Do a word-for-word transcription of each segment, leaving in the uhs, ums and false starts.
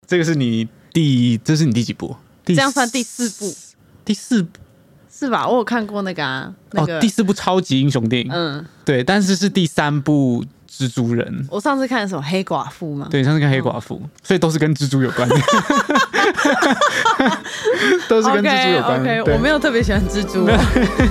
这个是你第这是你第几部？ 这样算第四部？ 第四部是吧？我有看过那个啊，那个、 哦，第四部超级英雄电影，嗯，对，但是是第三部蜘蛛人。 我上次看的什么黑寡妇吗？ 对，上次看黑寡妇，嗯、所以都是跟蜘蛛有关的，都是跟蜘蛛有关的。 OK，, okay 我没有特别喜欢蜘蛛、哦。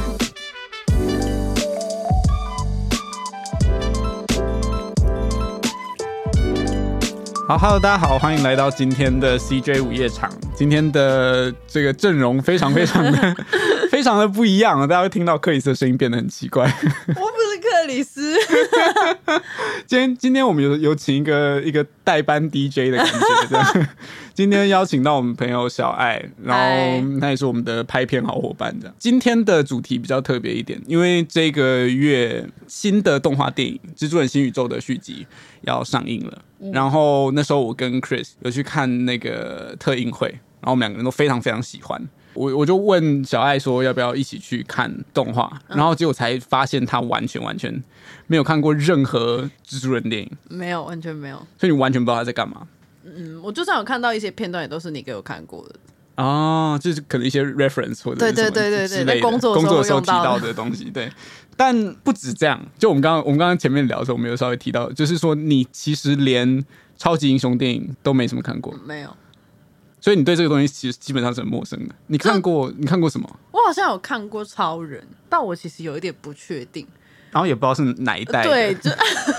好 ，Hello， 大家好，欢迎来到今天的 C J 午夜场。今天的这个阵容非常非常的非常的不一样，大家会听到克里斯的声音变得很奇怪。 我不是克里斯。 今天今天我们有有请一个一个代班 D J 的感觉，这样。今天邀请到我们朋友小爱，然后他也是我们的拍片好伙伴。这样，今天的主题比较特别一点，因为这个月新的动画电影《蜘蛛人新宇宙》的续集要上映了。嗯、然后那时候我跟 Chris 有去看那个特映会，然后我们两个人都非常非常喜欢。我我就问小爱说要不要一起去看动画，然后结果才发现他完全完全没有看过任何蜘蛛人电影， 没有，完全没有， 所以你完全不知道他在干嘛。 嗯，我就算有看到一些片段，也都是你给我看过的。 哦，就是可能一些 reference 或者是什么之类的， 对对对对对，工作工作的时候提到的东西，对。但不止这样，就我们刚刚我们刚刚前面聊的时候，我们有稍微提到，就是说你其实连超级英雄电影都没什么看过， 没有。 所以你对这个东西其实基本上是很陌生的。你看过？你看过什么？ 我好像有看过超人，但我其实有一点不确定， 然后也不知道是哪一代的。 对，就应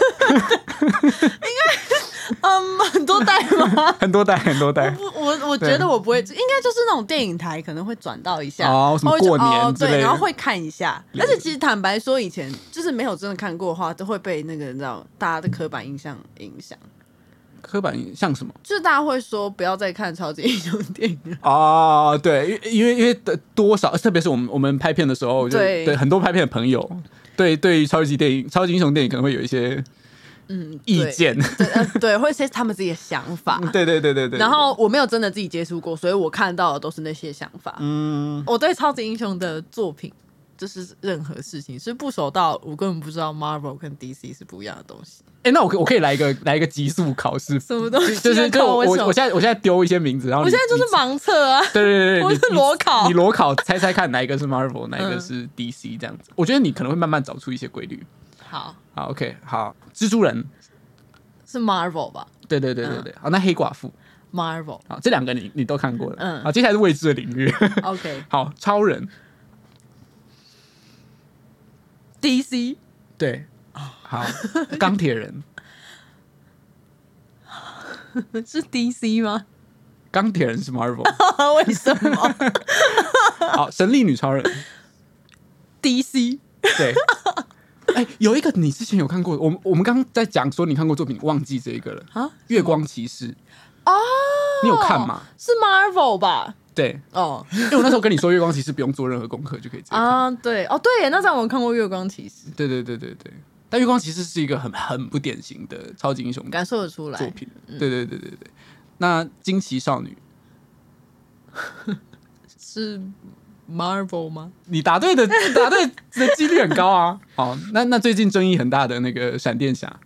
该嗯很多代吗？ 很多代，很多代。 我我我觉得我不会，应该就是那种电影台可能会转到一下， 哦，什么过年之类的， 对，然后会看一下。而且其实坦白说，以前就是没有真的看过的话，都会被那个你知道大家的刻板印象影响。 刻板印象什么？ 就是大家会说不要再看超级英雄电影哦，对，因为因为多少，特别是我们我们拍片的时候，对对，很多拍片的朋友，对对于超级电影、超级英雄电影可能会有一些嗯意见， 对 对,、呃、对，会是他们自己的想法， 对对对对对。 然后我没有真的自己接触过，所以我看到的都是那些想法。嗯，我对超级英雄的作品，就是任何事情是不熟到我根本不知道 Marvel 跟 D C 是不一样的东西。 哎、欸，那我可我可以来一个来一个极速考试， 什么东西？ 就是就我我现在我现在丢一些名字，然后我现在就是盲测啊， 对对对， 我是裸考， 你裸考猜猜看哪一个是 Marvel， 哪一个是 D C 这样子。嗯、我觉得你可能会慢慢找出一些规律。 好， 好 ，OK， 好，蜘蛛人是 Marvel 吧？ 对对对对对，嗯、好，那黑寡妇 Marvel， 好，这两个你你都看过了， 嗯， 好，接下来是未知的领域 ，OK， 好，超人 D C， 对，好，钢铁人。 是 D C 吗？ 钢铁人是 Marvel， 为什么？ 好，神力女超人 D C， 对。哎、欸，有一个你之前有看过，我们我们刚刚在讲说你看过作品，你忘记这一个了啊？月光骑士哦， 你有看吗？ 是 Marvel 吧？ 对哦，因为我那时候跟你说月光骑士不用做任何功课就可以直接看啊，对哦，对耶，那时候我看过月光骑士， 对对对对对。但月光骑士是一个很很不典型的超级英雄， 感受得出来作品。对对对对对。那惊奇少女是 Marvel 吗？ 你答对的，答对的几率很高啊。好，那那最近争议很大的那个闪电侠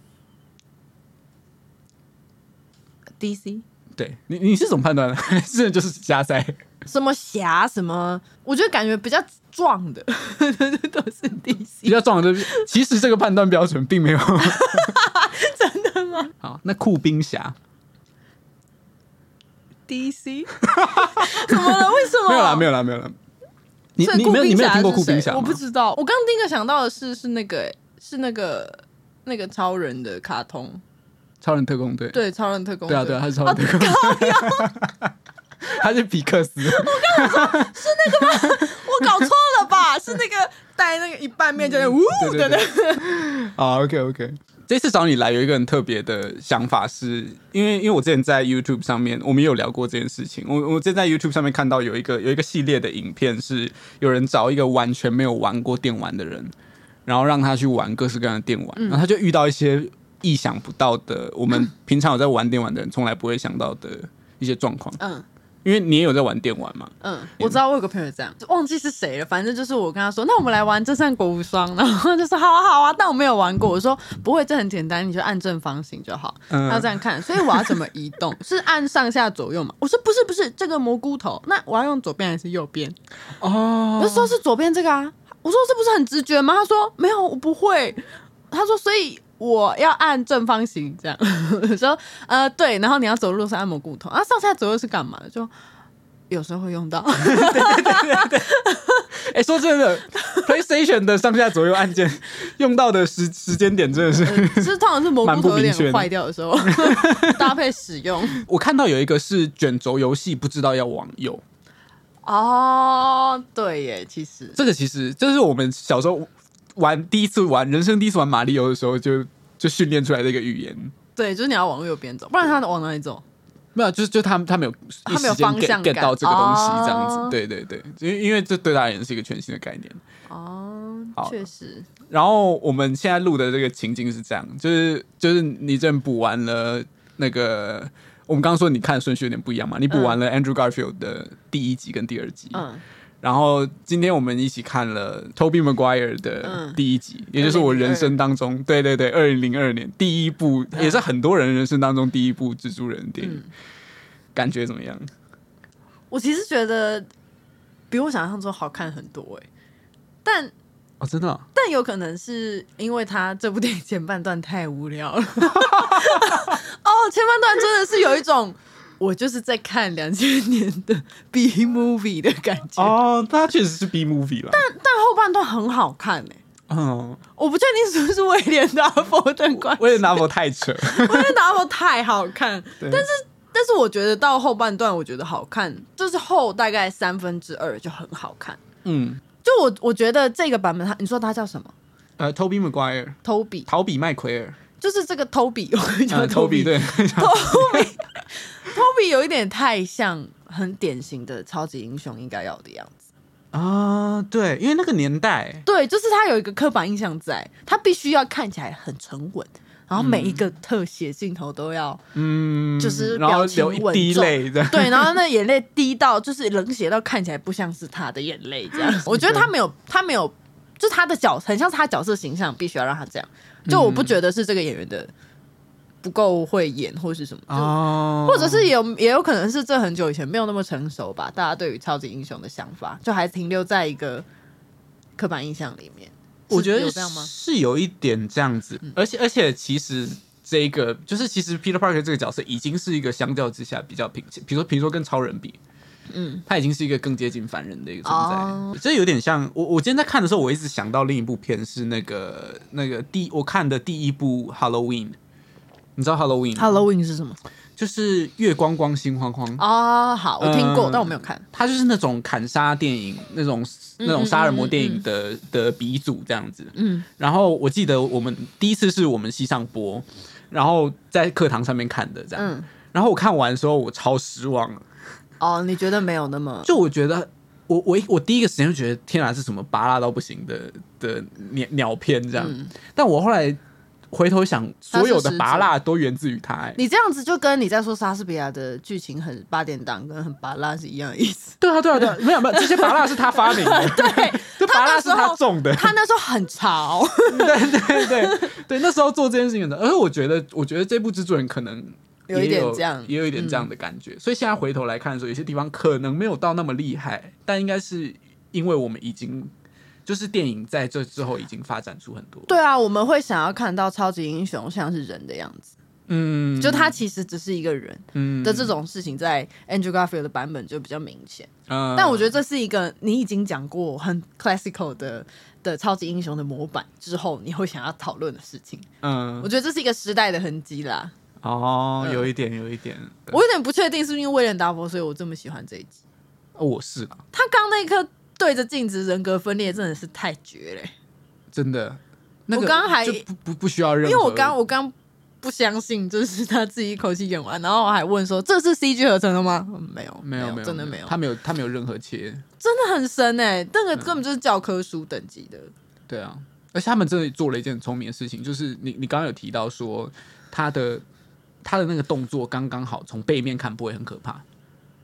，D C。 对你你是怎么判断的？是就是瞎猜？ 什么侠什么？我觉得感觉比较壮的都是 D C， 比较壮的。其实这个判断标准并没有真的吗？ 好，那酷冰侠 D C 怎么了？为什么？ 没有啦，没有啦，没有啦。你你没有你没有听过酷冰侠吗？ 我不知道。我刚第一个想到的是是那个是那个那个超人的卡通， 超人特工队。 对，超人特工队。 对啊对啊，他是超人特工队。哦他是皮克斯， 我刚刚说是那个吗？我搞错了吧？是那个戴那个一半面就是呜的那个。 好 ，OK OK。这次找你来有一个很特别的想法是，因为因为我之前在 YouTube 上面，我们也有聊过这件事情。我我之前在 YouTube 上面看到有一个有一个系列的影片，是有人找一个完全没有玩过电玩的人，然后让他去玩各式各样的电玩，嗯、然后他就遇到一些意想不到的，我们平常有在玩电玩的人从来不会想到的一些状况。嗯。 因为你也有在玩电玩嘛。 嗯，我知道我有个朋友这样，忘记是谁了，反正就是我跟他说，那我们来玩真善国无双，然后就说好啊好啊，但我没有玩过，我说不会，这很简单，你就按正方形就好。嗯、他这样看，所以我要怎么移动？是按上下左右嘛？我说不是不是，这个蘑菇头，那我要用左边还是右边？哦，我就说是左边这个啊。我说这不是很直觉吗？他说没有，我不会。他说所以我要按正方形这样。我说呃对，然后你要走路是按蘑菇头啊，上下左右是干嘛的？就有时候会用到。对对对对对。 哎、欸，说真的 ，PlayStation 的上下左右按键用到的时时间点真的是， 呃、是通常是蘑菇头有点坏掉的时候搭配使用。 我看到有一个是卷轴游戏，不知道要往右。 哦，对耶，其实这个其实这是我们小时候玩第一次玩人生第一次玩马里奥的时候就就训练出来的一个语言。 对，就是你要往右边走，不然他往哪里走？ 没有，就是就他他没有他没有方向感 get 到这个东西这样子。哦、对对对，因为因为这对他而言是一个全新的概念。 哦，确实。 然后我们现在录的这个情境是这样，就是就是你正补完了那个。我们刚刚说你看的顺序有点不一样嘛，你补完了 Andrew Garfield 的第一集跟第二集，嗯，然后今天我们一起看了 Tobey Maguire 的第一集，嗯、也就是我人生当中，嗯、对对对，二零零二年第一部，嗯、也是很多人人生当中第一部蜘蛛人的电影，嗯、感觉怎么样？ 我其实觉得比我想象中好看很多哎、欸，但。 哦，真的、哦， 但有可能是因为他这部电影前半段太无聊了。哦，前半段真的是有一种我就是在看两千年的 B movie 的感觉。 哦，它确实是 B movie 了， 但但后半段很好看哎、欸。嗯，我不确定是不是威廉达佛的关系。 威廉达佛太扯， 威廉达佛太好看，但是但是我觉得到后半段我觉得好看，就是后大概三分之二就很好看。嗯。就我我觉得这个版本他，你说他叫什么？ 呃 ，Tobey Maguire， Toby， 陶比麦奎尔， 就是这个 Toby， 我叫 Toby， 对 ，Toby，Toby 有一点太像很典型的超级英雄应该要的样子啊，对，因为那个年代， 对，就是他有一个刻板印象在，他必须要看起来很沉稳。然后每一个特写镜头都要，嗯，就是表情稳重， 然后流一滴泪的， 对，然后那眼泪滴到就是冷血到看起来不像是他的眼泪这样。我觉得他没有，他没有，就是他的角很像是他角色形象，必须要让他这样。就我不觉得是这个演员的不够会演或是什么，哦，或者是也有也有可能是这很久以前没有那么成熟吧，大家对于超级英雄的想法就还停留在一个刻板印象里面。 我觉得是有一点这样子，嗯、而且而且其实这个就是其实 Peter Parker 这个角色已经是一个相较之下比较平，比如说比如说跟超人比，嗯，他已经是一个更接近凡人的一个存在，哦、这有点像我我今天在看的时候，我一直想到另一部片是那个那个第我看的第一部 Halloween， 你知道 Halloween Halloween 是什么？ 就是月光光心慌慌哦，好，我听过，呃、但我没有看。 它就是那种砍杀电影，那种那种杀人魔电影的、嗯嗯嗯、的鼻祖这样子。嗯，然后我记得我们第一次是我们系上播，然后在课堂上面看的这样。嗯，然后我看完的时候，我超失望了。 哦，你觉得没有那么？ 就我觉得，我我我第一个时间就觉得，天哪，是什么拔辣到不行的的鸟鸟片这样。嗯、但我后来。回头想，所有的拔辣都源自于他、欸。 你这样子就跟你在说莎士比亚的剧情很八点档跟很拔辣是一样的意思。 对啊，对啊，对啊，没有没有，这些拔辣是他发明的。 对， 这拔辣是他种的。 他那时候很潮。 对对对对，那时候做这件事情的，而且我觉得，我觉得这部制作人可能也 有, 有一点这样， 也有一点这样的感觉。嗯、所以现在回头来看的时候，有些地方可能没有到那么厉害，但应该是因为我们已经。就是电影在这之后已经发展出很多。 对啊，我们会想要看到超级英雄像是人的样子，嗯，就他其实只是一个人的这种事情，在 Andrew Garfield 的版本就比较明显。嗯，但我觉得这是一个你已经讲过很 classical 的的超级英雄的模板之后，你会想要讨论的事情。嗯，我觉得这是一个时代的痕迹啦。 哦，有一点，有一点， 我有点不确定是不是因为威廉达佛，所以我这么喜欢这一集。 哦，我是啊， 他刚那一刻。对着镜子人格分裂真的是太绝了、欸，真的。那個、 我刚刚还就 不, 不, 不需要任何， 因为我刚我刚不相信，就是他自己一口气演完，然后我还问说这是 C G 合成的吗？嗯、没有， 没有， 没有，真的没有， 他没有，他没有任何切， 真的很深哎、欸，那个根本就是教科书等级的、嗯。 对啊，而且他们真的做了一件很聪明的事情，就是你你刚刚有提到说他的他的那个动作刚刚好，从背面看不会很可怕。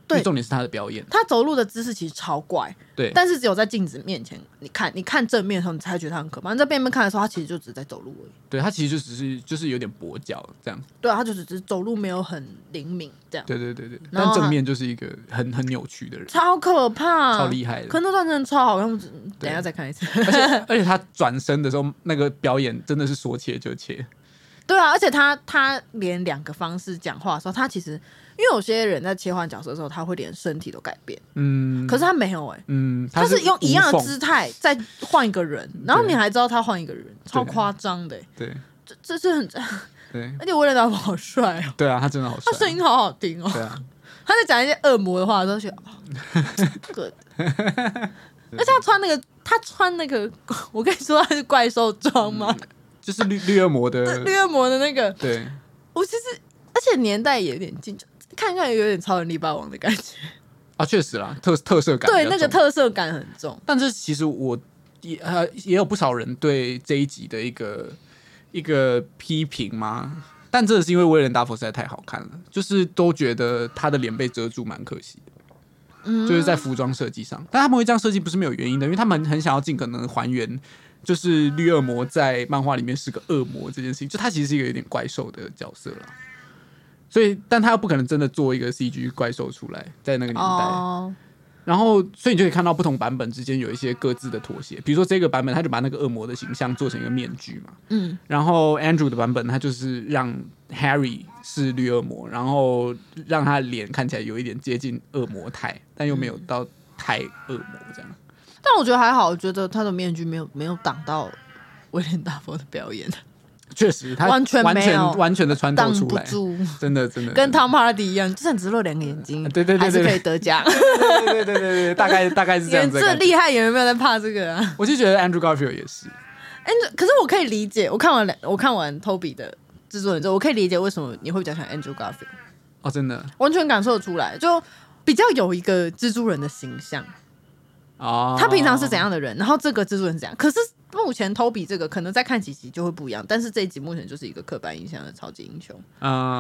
对，重点是他的表演。 他走路的姿势其实超怪， 对， 但是只有在镜子面前，你看你看正面的时候，你才觉得他很可怕。你在背面看的时候，他其实就只是在走路而已。 对，他其实就只是就是有点跛脚这样。 对啊，他就只是走路没有很灵敏这样。 对对对对，但正面就是一个很很扭曲的人， 超可怕， 超厉害的。 可那段真的超好看，等一下再看一次。 而且而且他转身的时候，那个表演真的是说切就切。 对啊，而且他他连两个方式讲话的时候，他其实因为有些人在切换角色的时候，他会连身体都改变，嗯，可是他没有哎、欸，嗯，他是用一样的姿态再换一个人，然后你还知道他换一个人，超夸张的、欸， 对， 这这是很对， 而且威廉达福好帅哦， 对啊，他真的好帅， 他声音好好听哦， 对啊， 他在讲一些恶魔的话的时候，觉得哦，good，而且他穿那个他穿那个，我跟你说他是怪兽装吗？嗯就是绿绿恶魔的绿恶魔的那个， 对， 我其实而且年代也有点近，看看有点超人力霸王的感觉啊，确实啦，特特色感， 对，那个特色感很重。 但是其实我也呃也有不少人对这一集的一个一个批评嘛，但真的是因为威廉达佛实在太好看了，就是都觉得他的脸被遮住，蛮可惜的。嗯，就是在服装设计上，但他们会这样设计不是没有原因的，因为他们很想要尽可能还原。就是绿恶魔在漫画里面是个恶魔这件事情，就他其实是一个有点怪兽的角色啦，所以但他又不可能真的做一个 C G 怪兽出来，在那个年代。Oh. 然后，所以你就可以看到不同版本之间有一些各自的妥协。比如说这个版本，他就把那个恶魔的形象做成一个面具嘛，嗯。然后 Andrew 的版本，他就是让 Harry 是绿恶魔，然后让他脸看起来有一点接近恶魔态，但又没有到太恶魔这样。 但我觉得还好，我觉得他的面具没有没有挡到威廉达佛的表演。 确实，他完全没有完全的穿透出来， 挡不住， 真的真的跟 Tom Hardy 一样，就算只露两个眼睛， 对对对， 还是可以得奖。 对对对对对对，大概大概是这样子。 这厉害演员没有在怕这个啊。 我就觉得 Andrew Garfield 也是 ，Andrew， 可是我可以理解，我看完我看完 Toby 的制作人之后，我可以理解为什么你会比较喜欢 Andrew Garfield。 哦，真的， 完全感受得出来，就比较有一个蜘蛛人的形象。哦，他平常是怎样的人，然后这个蜘蛛人是怎样，可是目前 Toby 这个可能再看几集就会不一样，但是这一集目前就是一个刻板印象的超级英雄啊、uh ，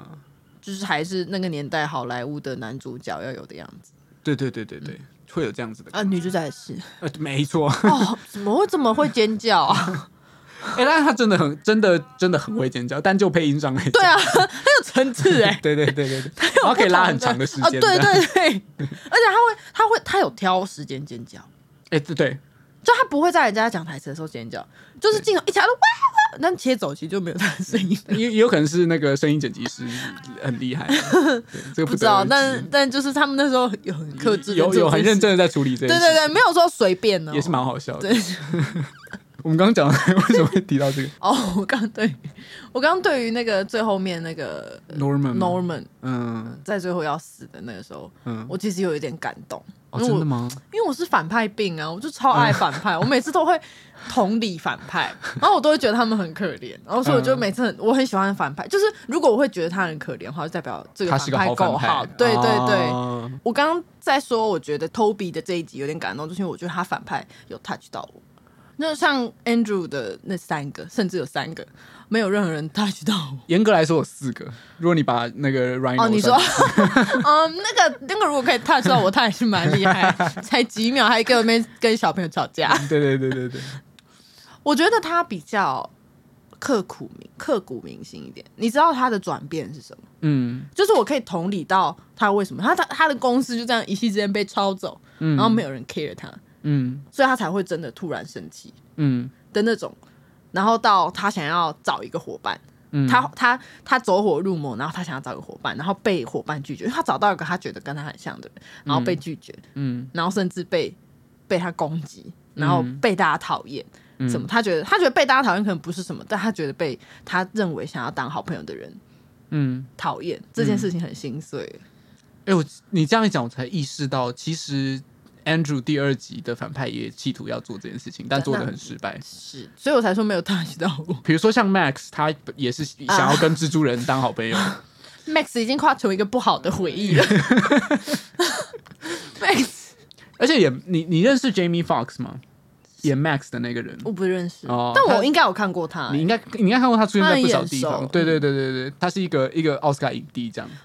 就是还是那个年代好莱坞的男主角要有的样子。 对对对对对，嗯、会有这样子的啊，女主角也是， 呃，没错。 哦，怎么会这么会尖叫啊？ 哎、欸，但是他真的很、真的、真的很会尖叫，但就配音上来讲， 对啊，他有层次哎， 对对对对对，然后可以拉很长的时间、 哦，对对对，而且他会、他会、他有挑时间尖叫， 哎、欸，对对， 就他不会在人家讲台词的时候尖叫，就是镜头一起来都哇，但切走其实就没有他的声音， 也也有可能是那个声音剪辑师很厉害，对，这个 不, 不知道，但但就是他们那时候有很克制， 有有很认真的在处理这件事， 对对对，没有说随便的、哦， 也是蛮好笑的。对我们刚刚讲为什么会提到这个？ 哦，我刚对我刚刚对于那个最后面那个 Norman Norman， 嗯， 在最后要死的那个时候，嗯，我其实有一点感动。 哦，真的吗？ 因为我是反派病啊，我就超爱反派，嗯、我每次都会同理反派，然后我都会觉得他们很可怜，然后所以我就每次很我很喜欢反派，就是如果我会觉得他很可怜的话，就代表这个反派够好。对对对，哦、我刚刚在说，我觉得 Toby 的这一集有点感动，就是因为我觉得他反派有 touch 到我。那像 Andrew 的那三个，甚至有三个，没有任何人 touch 到我。 严格来说有四个，如果你把那个 Rhino 哦，你说，嗯，那个那个如果可以 touch 到我，他也是蛮厉害，才几秒还跟跟跟小朋友吵架。 对对对对对， 我觉得他比较刻苦铭刻骨铭心一点。你知道他的转变是什么？嗯，就是我可以同理到他为什么他他他的公司就这样一夕之间被抄走，嗯、然后没有人 care 他。嗯，所以他才会真的突然生气，嗯的那种，然后到他想要找一个伙伴，嗯，他他他走火入魔，然后他想要找一个伙伴，然后被伙伴拒绝，因为他找到一个他觉得跟他很像的人，然后被拒绝，嗯，然后甚至被被他攻击，然后被大家讨厌，嗯、什么？他觉得他觉得被大家讨厌可能不是什么，但他觉得被他认为想要当好朋友的人，嗯，讨厌这件事情很心碎。 哎、欸，我你这样一讲，我才意识到其实。Andrew 第二集的反派也企图要做这件事情，但做得很失败， 是，所以我才说没有 touch 到我。 比如说像 Max， 他也是想要跟蜘蛛人当好朋友。啊、 Max 已经快成为一个不好的回忆了。Max， 而且也你你认识 Jamie Foxx 吗？演 Max 的那个人， 我不认识，哦、但我应该有看过他、欸。 你应该你应该看过他出现在不少地方。对对对对对，他是一个一个奥斯卡影帝这样。 他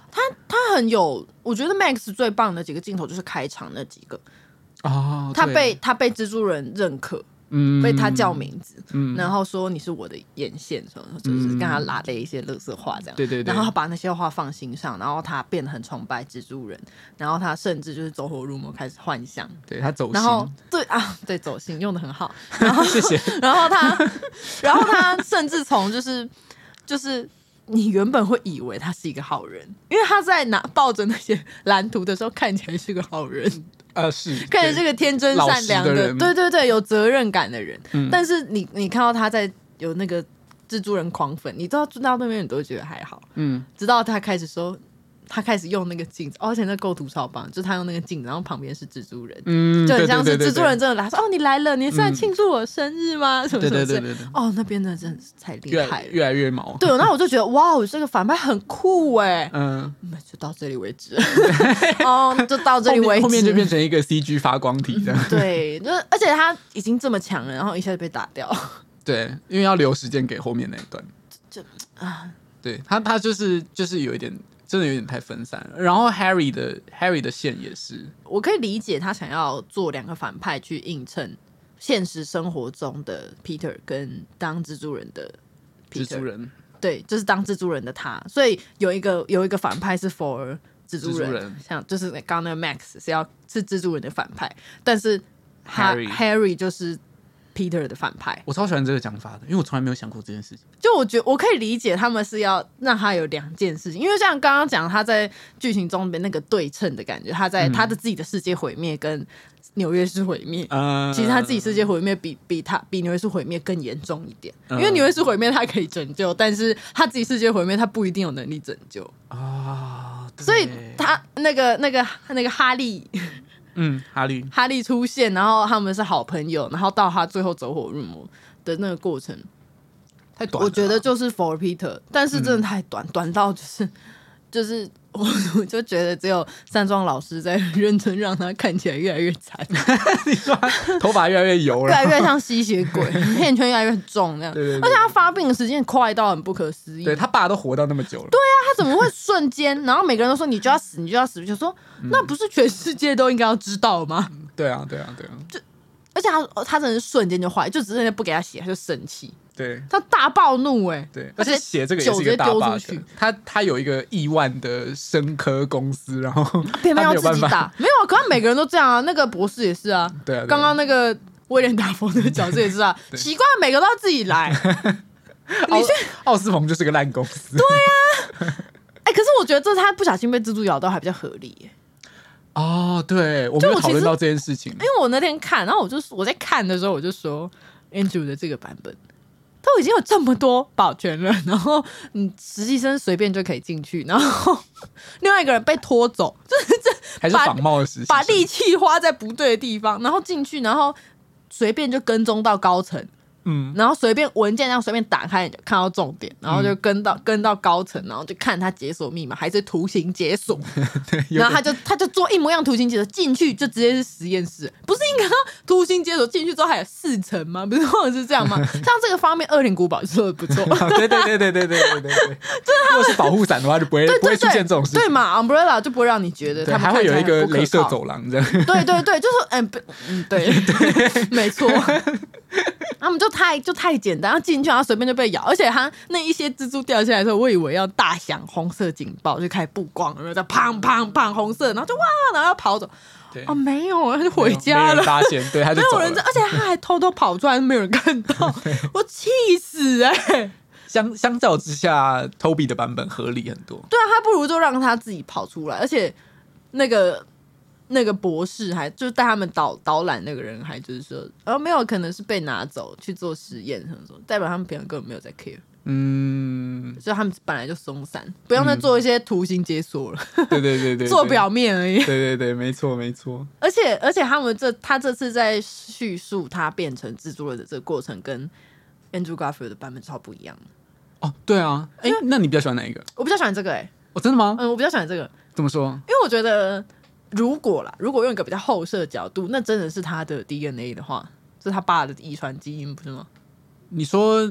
他很有，我觉得 Max 最棒的几个镜头就是开场那几个哦， 他被他被蜘蛛人认可。嗯，被他叫名字，嗯，然后说你是我的眼线，什么就是跟他拉了一些垃圾话这样， 对对对， 然后他把那些话放心上，然后他变得很崇拜蜘蛛人，然后他甚至就是走火入魔，开始幻想， 对他走心， 然后对啊，对走心用的很好，然后谢谢， 然后他，然后他甚至从就是就是你原本会以为他是一个好人，因为他在拿抱着那些蓝图的时候看起来是个好人。 呃，是看着这个天真善良 的, 的对对对有责任感的人、嗯、但是你你看到他在有那个蜘蛛人狂粉，你知道到那边你都觉得还好，嗯，直到他开始说他开始用那个镜子、哦、而且那构图超棒，就是他用那个镜子，然后旁边是蜘蛛人，嗯，就很像是蜘蛛人真的来说，哦，你来了，你是在庆祝我生日吗？嗯、什么什么之类的，对对对对对，哦，那边真的真的是太厉害了， 越来越毛。 对，然后我就觉得哇，这个反派很酷哎，嗯，就到这里为止，哦，就到这里为止， 后面就变成一个 C G 发光体这样， 嗯、对，就是而且他已经这么强了，然后一下就被打掉， 对，因为要留时间给后面那一段， 就啊， 对他他就是就是有一点。真的有点太分散了，然后 Harry 的 Harry 的线也是， 我可以理解他想要做两个反派去映衬现实生活中的 Peter 跟当蜘蛛人的 Peter, 蜘蛛人， 对，就是当蜘蛛人的他，所以有一个有一个反派是 for 蜘蛛人，蜘蛛人像就是刚刚那个 Max 是要是蜘蛛人的反派，但是 Harry, Harry 就是Peter 的反派。 我超喜欢这个讲法的，因为我从来没有想过这件事情。 就我觉得我可以理解他们是要让他有两件事情，因为像刚刚讲他在剧情中的那个对称的感觉，他在他的自己的世界毁灭跟纽约市毁灭、嗯、其实他自己世界毁灭比比他比纽约市毁灭更严重一点、嗯、因为纽约市毁灭他可以拯救，但是他自己世界毁灭他不一定有能力拯救啊、哦，所以他那个那个那个哈利嗯，哈利哈利出现，然后他们是好朋友，然后到他最后走火入魔的那个过程太短了， 我觉得就是 for Peter， 但是真的太短、嗯、短到就是就是我我就觉得只有山庄老师在认真让他看起来越来越惨你说他头发越来越油了， 越来越像吸血鬼黑眼圈越来越重那样，对对对，而且他发病的时间快到很不可思议， 对，他爸都活到那么久了， 对啊，他怎么会瞬间然后每个人都说你就要死你就要死，就说、嗯、那不是全世界都应该要知道吗、嗯、 对啊对啊对啊，就而且他他真的是瞬间就坏，就只是不给他写他就生气， 对， 他大暴怒哎、欸， 对，而且写这个也是一个大 bug， 他他有一个亿万的生科公司，然后偏偏要自己打，没有啊，可是每个人都这样啊，那个博士也是啊，对啊，刚刚那个威廉达佛那个角色也是啊，奇怪，每个都要自己来， 你去奥斯彭就是个烂公司， 对啊，哎、欸，可是我觉得这他不小心被蜘蛛咬到还比较合理耶、欸。 哦，对，我没有讨论到这件事情，因为我那天看，然后我就我在看的时候我就说 Andrew 的这个版本都已经有这么多保全了，然后你实习生随便就可以进去，然后另外一个人被拖走，就是这还是仿冒的实习生， 把力气花在不对的地方，然后进去，然后随便就跟踪到高层。嗯，然后随便文件这样随便打开，你就看到重点，然后就跟到、嗯、跟到高层，然后就看他解锁密码还是图形解锁，对，然后他就他就做一模一样图形解锁进去，就直接是实验室，不是应该图形解锁进去之后还有四层吗？不是或者是这样吗？像这个方面，恶灵古堡做的不错， 对对对对对对对对对，就是他如果是保护伞的话，就不会对对对不会出现这种事情， 对嘛 ？Umbrella 就不会让你觉得他们还会有一个雷射走廊这样， 对对对，就是嗯嗯对对，没错。他们就太就太简单，进去然后随便就被咬，而且他那一些蜘蛛掉下来的时候，我以为要大响红色警报就开始曝光，然后再砰砰砰红色，然后就哇，然后要跑走。哦，没有，他就回家了，没人发现，对，他就走了， 没有人，而且他还偷偷跑出来，没有人看到，我气死哎、欸！ 相相较之下 ，Toby 的版本合理很多。 对啊，他不如就让他自己跑出来，而且那个。那个博士还就是带他们导导览那个人还就是说，哦没有，可能是被拿走去做实验什么什么，代表他们平常根本没有在 care， 嗯，所以他们本来就松散，不用再做一些图形解锁了，嗯、对, 对, 对, 对, 对做表面而已， 对对对，没错没错。 而且而且他们这他这次在叙述他变成蜘蛛人的这个过程，跟 Andrew Garfield 的版本超不一样的。 哦，对啊，哎、欸，那你比较喜欢哪一个？ 我比较喜欢这个、欸，哎， 哦，真的吗？ 嗯，我比较喜欢这个。 怎么说？ 因为我觉得。如果啦，如果用一个比较后设的角度，那真的是他的 D N A 的话，这是他爸的遗传基因，不是吗？ 你说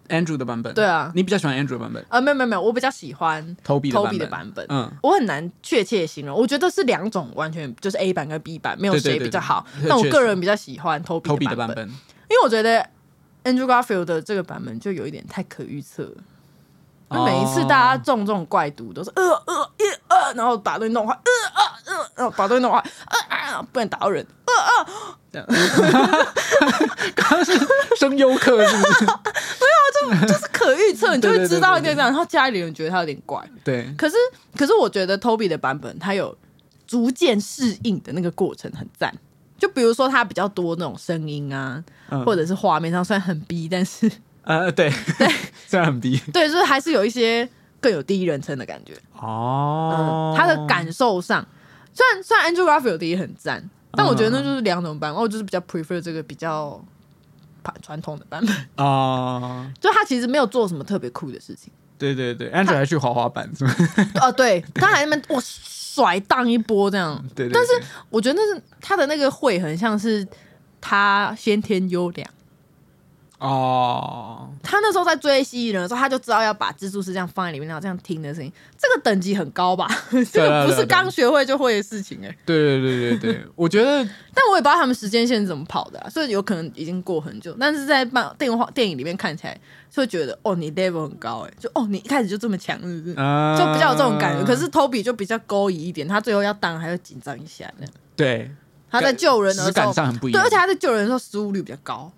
Andrew 的版本， 对啊， 你比较喜欢 Andrew 的版本？ 呃，没有没有没有，我比较喜欢 Toby 的版本。 的版本， 嗯， 我很难确切形容，我觉得是两种完全就是 A 版跟 B 版，没有谁比较好。 对对对对， 但我个人比较喜欢 Toby 的版本， 因为我觉得 Andrew Garfield 的这个版本就有一点太可预测了。哦、每一次大家中这种怪毒都是呃呃一呃，然后把东西弄坏，呃呃呃，然后把东西弄坏，呃啊，不能打到人，呃呃，这样。 刚刚是声优课是不是？没有，就就是可预测，你就会知道一个这样，然后家里人觉得他有点怪。 对， 可是可是我觉得 Toby 的版本他有逐渐适应的那个过程很赞。就比如说他比较多那种声音啊，嗯、或者是画面上虽然很逼，但是呃对对， 虽然很逼， 对，就是还是有一些更有第一人称的感觉哦、嗯。他的感受上，虽然虽然 Andrew Garfield 也很赞，但我觉得那就是两种版本，我就是比较 prefer 这个比较传统的版本哦。就他其实没有做什么特别酷的事情。 对对对 ，Andrew 还去滑滑板是吗？ 哦，对，他还在那边哇甩荡一波这样。 对对对， 但是我觉得那是他的那个会很像是他先天优良哦。他那时候在追蜥蜴人的时候，他就知道要把蜘蛛丝这样放在里面，然后这样听的声音，这个等级很高吧？这个不是刚学会就会的事情哎、欸。 对对对对对，我觉得， 但我也不知道他们时间线是怎么跑的、啊，所以有可能已经过很久。但是在电话电影里面看起来，就会觉得哦，你 level 很高哎、欸，就哦，你一开始就这么强，是不是？啊、就比较有这种感觉。可是 Toby 就比较勾引一点，他最后要当还会紧张一下那样。 对， 他在救人的时候， 质感上很不一样。 对，而且他在救人的时候失误率比较高。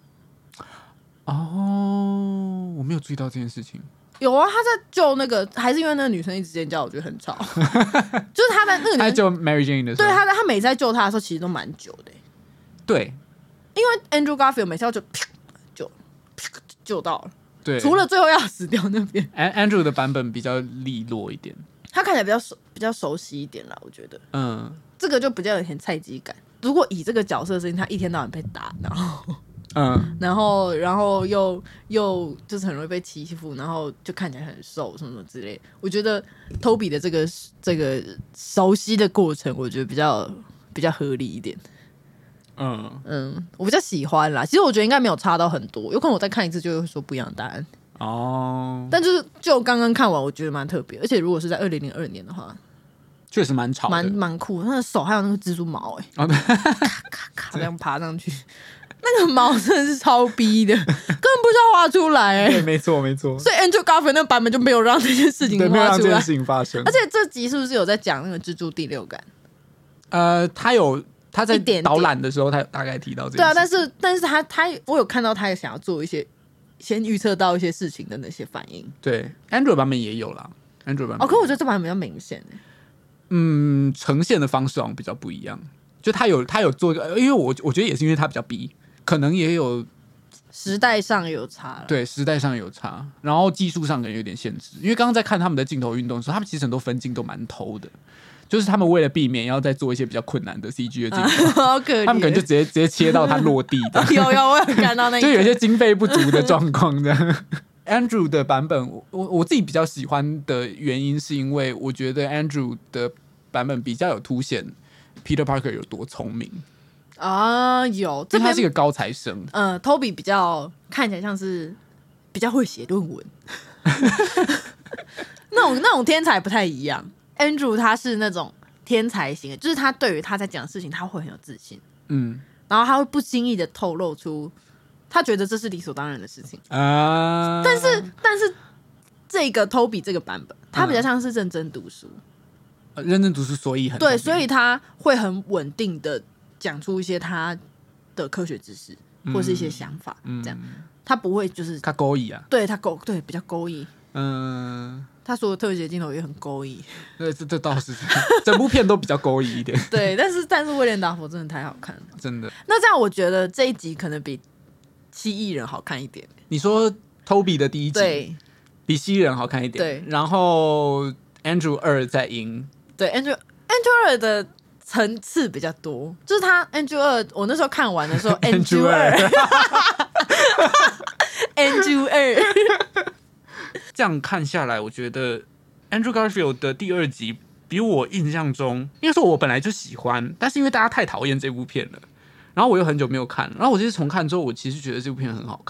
哦，我没有注意到这件事情。 有啊，他在救那个，还是因为那个女生一直尖叫，我觉得很吵。就是他在那个女生他在救 Mary Jane 的时候， 对，他在他每次在救他的时候，其实都蛮久的、欸。 对， 因为 Andrew Garfield 每次要救，就救到了。 对， 除了最后要死掉那边 ，Andrew 的版本比较利落一点， 他看起来比较熟，比较熟悉一点啦，我觉得。嗯，这个就比较有点菜鸡感。如果以这个角色的声音，他一天到晚被打，然后。嗯，然后，然后又又就是很容易被欺负，然后就看起来很瘦，什么什么之类。我觉得 Toby 的这个这个熟悉的过程，我觉得比较比较合理一点。嗯嗯，我比较喜欢啦。其实我觉得应该没有差到很多，有可能我再看一次就会说不一样的答案。哦，但就是就刚刚看完，我觉得蛮特别，而且如果是在二零零二年的话， 确实蛮吵的， 蛮蛮酷。他的手还有那个蜘蛛毛、欸，哎、哦，咔咔咔这样爬上去。那个毛真的是超逼的，根本不需要画出来、欸。 对，没错没错。 所以 Andrew Garfield 那个版本就没有让这件事情画出来， 对，没有让这件事情发生。 而且这集是不是有在讲那个蜘蛛第六感？ 呃，他有他在导览的时候，他有大概提到这件事情。 对啊，但是但是他他我有看到他也想要做一些先预测到一些事情的那些反应。 对 ，Andrew 版本也有啦 ，Andrew 版本。 哦，可我觉得这版本比较明显、欸、 嗯，呈现的方式好像比较不一样。就他有他有做一个，因为我我觉得也是因为他比较逼。可能也有时代上有差， 对，时代上有差，然后技术上可能有点限制。因为刚刚在看他们的镜头运动的时候，他们其实很多分镜都蛮偷的，就是他们为了避免要再做一些比比较困难的 C G 的镜头， 好可怜， 他们可能就直接直接切到他落地的。 有有，我有看到那個， 就有一些经费不足的状况这样。Andrew 的版本，我我自己比较喜欢的原因，是因为我觉得 Andrew 的版本比较有凸显 Peter Parker 有多聪明。啊，有，这他是一个高材生。 嗯 ，Toby 比较看起来像是比较会写论文，那种那种天才不太一样。Andrew 他是那种天才型的，就是他对于他在讲的事情，他会很有自信，嗯，然后他会不经意的透露出他觉得这是理所当然的事情啊。但是但是这个 Toby 这个版本，他比较像是认真读书， 嗯、认真读书，所以很对，所以他会很稳定的。讲出一些他的科学知识或是一些想法，嗯、这样他不会就是他勾引啊， 对他勾对比较勾引，嗯，他所有特写镜头也很勾引， 对，这这倒是整部片都比较勾引一点， 对，但是但是威廉达佛真的太好看了， 真的。 那这样我觉得这一集可能比蜥蜴人好看一点。 你说 Toby 的第一集对比蜥蜴人好看一点，对，然后 Andrew 二在赢， 对 Andrew Andrew 二的。层次比较多，就是他 Andrew 二，我那时候看完的时候 Andrew 二Andrew 二， 这样看下来，我觉得 Andrew Garfield 的第二集比我印象中，应该说我本来就喜欢，但是因为大家太讨厌这部片了，然后我又很久没有看，然后我其实重看之后，我其实觉得这部片很好看。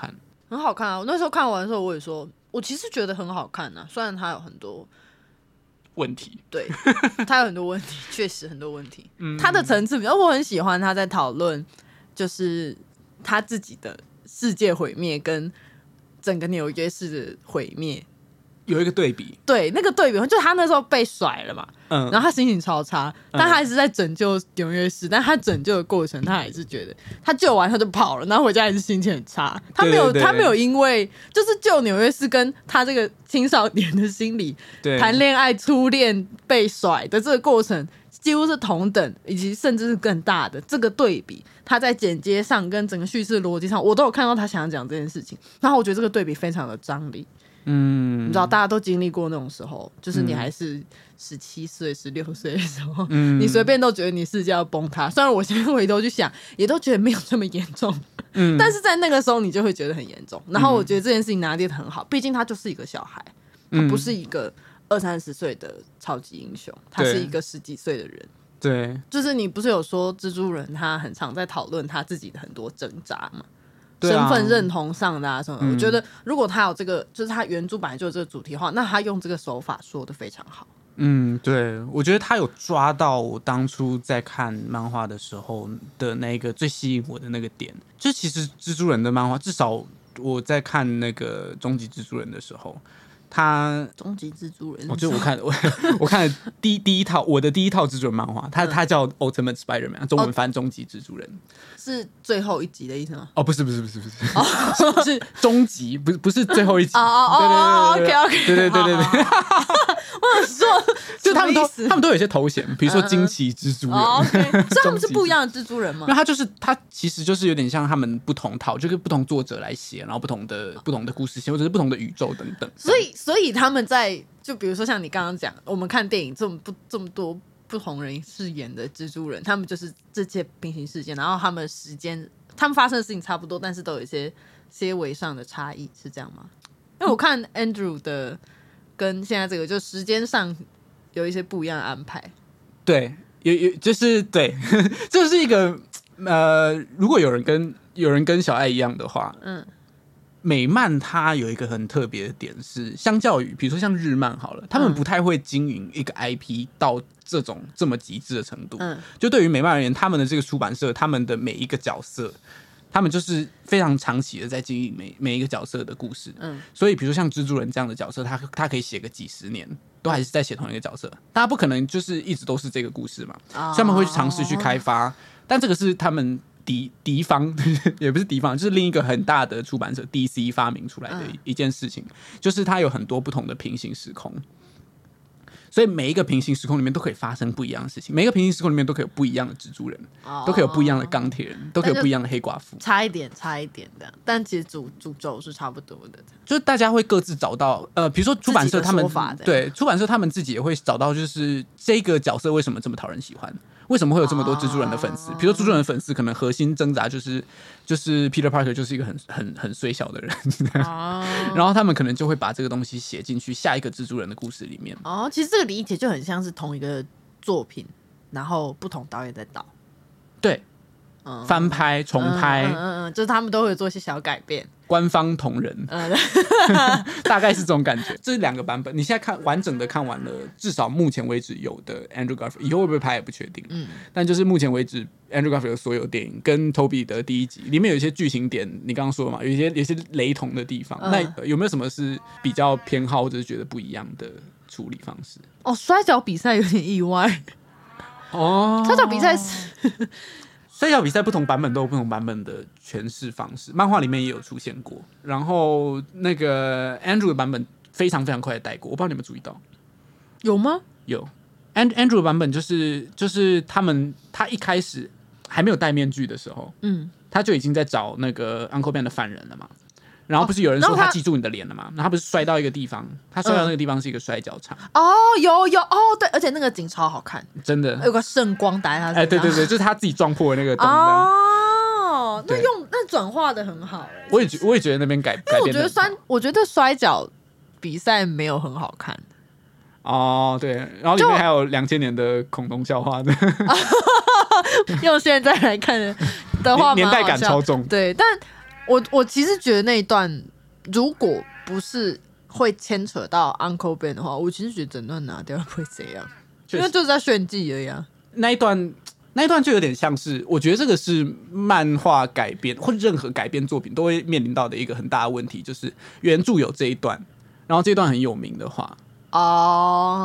很好看啊！我那时候看完的时候，我也说，我其实觉得很好看啊，虽然它有很多问题， 对，它有很多问题，确实很多问题。嗯，它的层次比较，我很喜欢他在讨论，就是他自己的世界毁灭跟整个纽约市的毁灭。 有一个对比， 对，那个对比，就是他那时候被甩了嘛，嗯，然后他心情超差，但他还是在拯救纽约市，但他拯救的过程，他还是觉得他救完他就跑了，然后回家还是心情很差，他没有，对对对，他没有因为就是救纽约市跟他这个青少年的心理谈恋爱、初恋、被甩的这个过程几乎是同等，以及甚至是更大的这个对比，他在剪接上跟整个叙事逻辑上，我都有看到他想要讲这件事情，然后我觉得这个对比非常有张力。嗯，你知道大家都经历过那种时候，就是你还是十七岁、十六岁的时候，嗯，你随便都觉得你世界要崩塌。虽然我现在回头去想，也都觉得没有这么严重，嗯，但是在那个时候你就会觉得很严重。然后我觉得这件事情拿捏得很好，毕竟他就是一个小孩，他不是一个二三十岁的超级英雄，他是一个十几岁的人。 对， 就是你不是有说蜘蛛人他很常在讨论他自己的很多挣扎吗？身份认同上的啊什么的、嗯、我觉得如果他有这个，就是他原著本来就有这个主题的话，那他用这个手法说的非常好。 嗯，对，我觉得他有抓到我当初在看漫画的时候的那个最吸引我的那个点，就其实蜘蛛人的漫画，至少我在看那个终极蜘蛛人的时候，他终极蜘蛛人， 我就我看我我看了第第一套我的第一套蜘蛛人漫画，他他叫 Ultimate Spider-Man， 中文翻终极蜘蛛人。哦， 是最后一集的意思吗？ 哦，不是不是不是不是，哦、是终极，不是不是最后一集。哦哦哦 ，OK OK， 对对对对对。 我想说， 就他们都他们都有一些头衔，比如说惊奇蜘蛛人。 哦 ，OK， 所以他们是不一样的蜘蛛人吗？ 那他就是他其实就是有点像他们不同套，就是不同作者来写，然后不同的不同的故事线，或者是不同的宇宙等等。 所以所以他们在就比如说像你刚刚讲，我们看电影这么不这么多。不同人饰演的蜘蛛人，他们就是这些平行事件，然后他们时间，他们发生的事情差不多，但是都有一些些微上的差异，是这样吗？因为我看 Andrew 的跟现在这个，就时间上有一些不一样的安排。 对，有有就是对，这是一个呃，如果有人跟有人跟小爱一样的话，嗯。美漫它有一个很特别的点是，相较于比如说像日漫好了，他们不太会经营一个 I P 到这种这么极致的程度。嗯，就对于美漫而言，他们的这个出版社，他们的每一个角色，他们就是非常长期的在经营每每一个角色的故事。嗯，所以比如说像蜘蛛人这样的角色，他他可以写个几十年，都还是在写同一个角色，大家不可能就是一直都是这个故事嘛，哦、所以他们会去尝试去开发，但这个是他们。敌敌方也不是敌方，就是另一个很大的出版社 D C 发明出来的一件事情，嗯、就是它有很多不同的平行时空，所以每一个平行时空里面都可以发生不一样的事情，每一个平行时空里面都可以有不一样的蜘蛛人，哦、都可以有不一样的钢铁人，都可以有不一样的黑寡妇， 差一点，差一点的，但其实主主轴是差不多的， 就是大家会各自找到，呃，比如说出版社他们对出版社他们自己也会找到，就是这个角色为什么这么讨人喜欢。为什么会有这么多蜘蛛人的粉丝？比如说蜘蛛人的粉丝可能核心挣扎就是就是 Peter Parker 就是一个很很很衰小的人，哦、然后他们可能就会把这个东西写进去下一个蜘蛛人的故事里面。 哦，其实这个理解就很像是同一个作品，然后不同导演在导， 对，嗯、翻拍、重拍， 嗯嗯嗯，就是他们都会做一些小改变。 官方同人，嗯、大概是这种感觉。这是两个版本，你现在看完整的看完了，至少目前为止有的 Andrew Garfield， 以后会不会拍也不确定。嗯，但就是目前为止 Andrew Garfield 的所有电影跟 Toby 的第一集里面有一些剧情点，你刚刚说的嘛，有一些有一些雷同的地方。嗯、那有没有什么是比较偏好或者是觉得不一样的处理方式？ 哦，摔跤比赛有点意外。哦，摔跤比赛是。 摔跤比赛不同版本都有不同版本的诠释方式，漫画里面也有出现过。然后那个 Andrew 的版本非常非常快的带过，我不知道你们注意到， 有吗？ 有 ，Andrew 的版本就是就是他们他一开始还没有戴面具的时候，嗯，他就已经在找那个 Uncle Ben 的犯人了嘛。然后不是有人说他记住你的脸了吗？然后他不是摔到一个地方，他摔到那个地方是一个摔跤场。 哦，有有哦，对，而且那个景超好看， 真的有个圣光打在他身上。 哎，对对对，就是他自己撞破的那个洞。 哦，那用那转化的很好。 我也觉我也觉得那边改， 因为我觉得摔，我觉得摔跤比赛没有很好看。 哦，对，然后里面还有两千年的恐龙笑话的， 用现在来看的话， 年代感超重。 对，但。 我我其实觉得那一段如果不是会牵扯到 Uncle Ben 的话，我其实觉得整段拿掉不会这样，因为就是在炫技而已啊。 那一段那一段就有点像是，我觉得这个是漫画改编或任何改编作品都会面临到的一个很大的问题，就是原著有这一段，然后这一段很有名的话，哦、oh. ，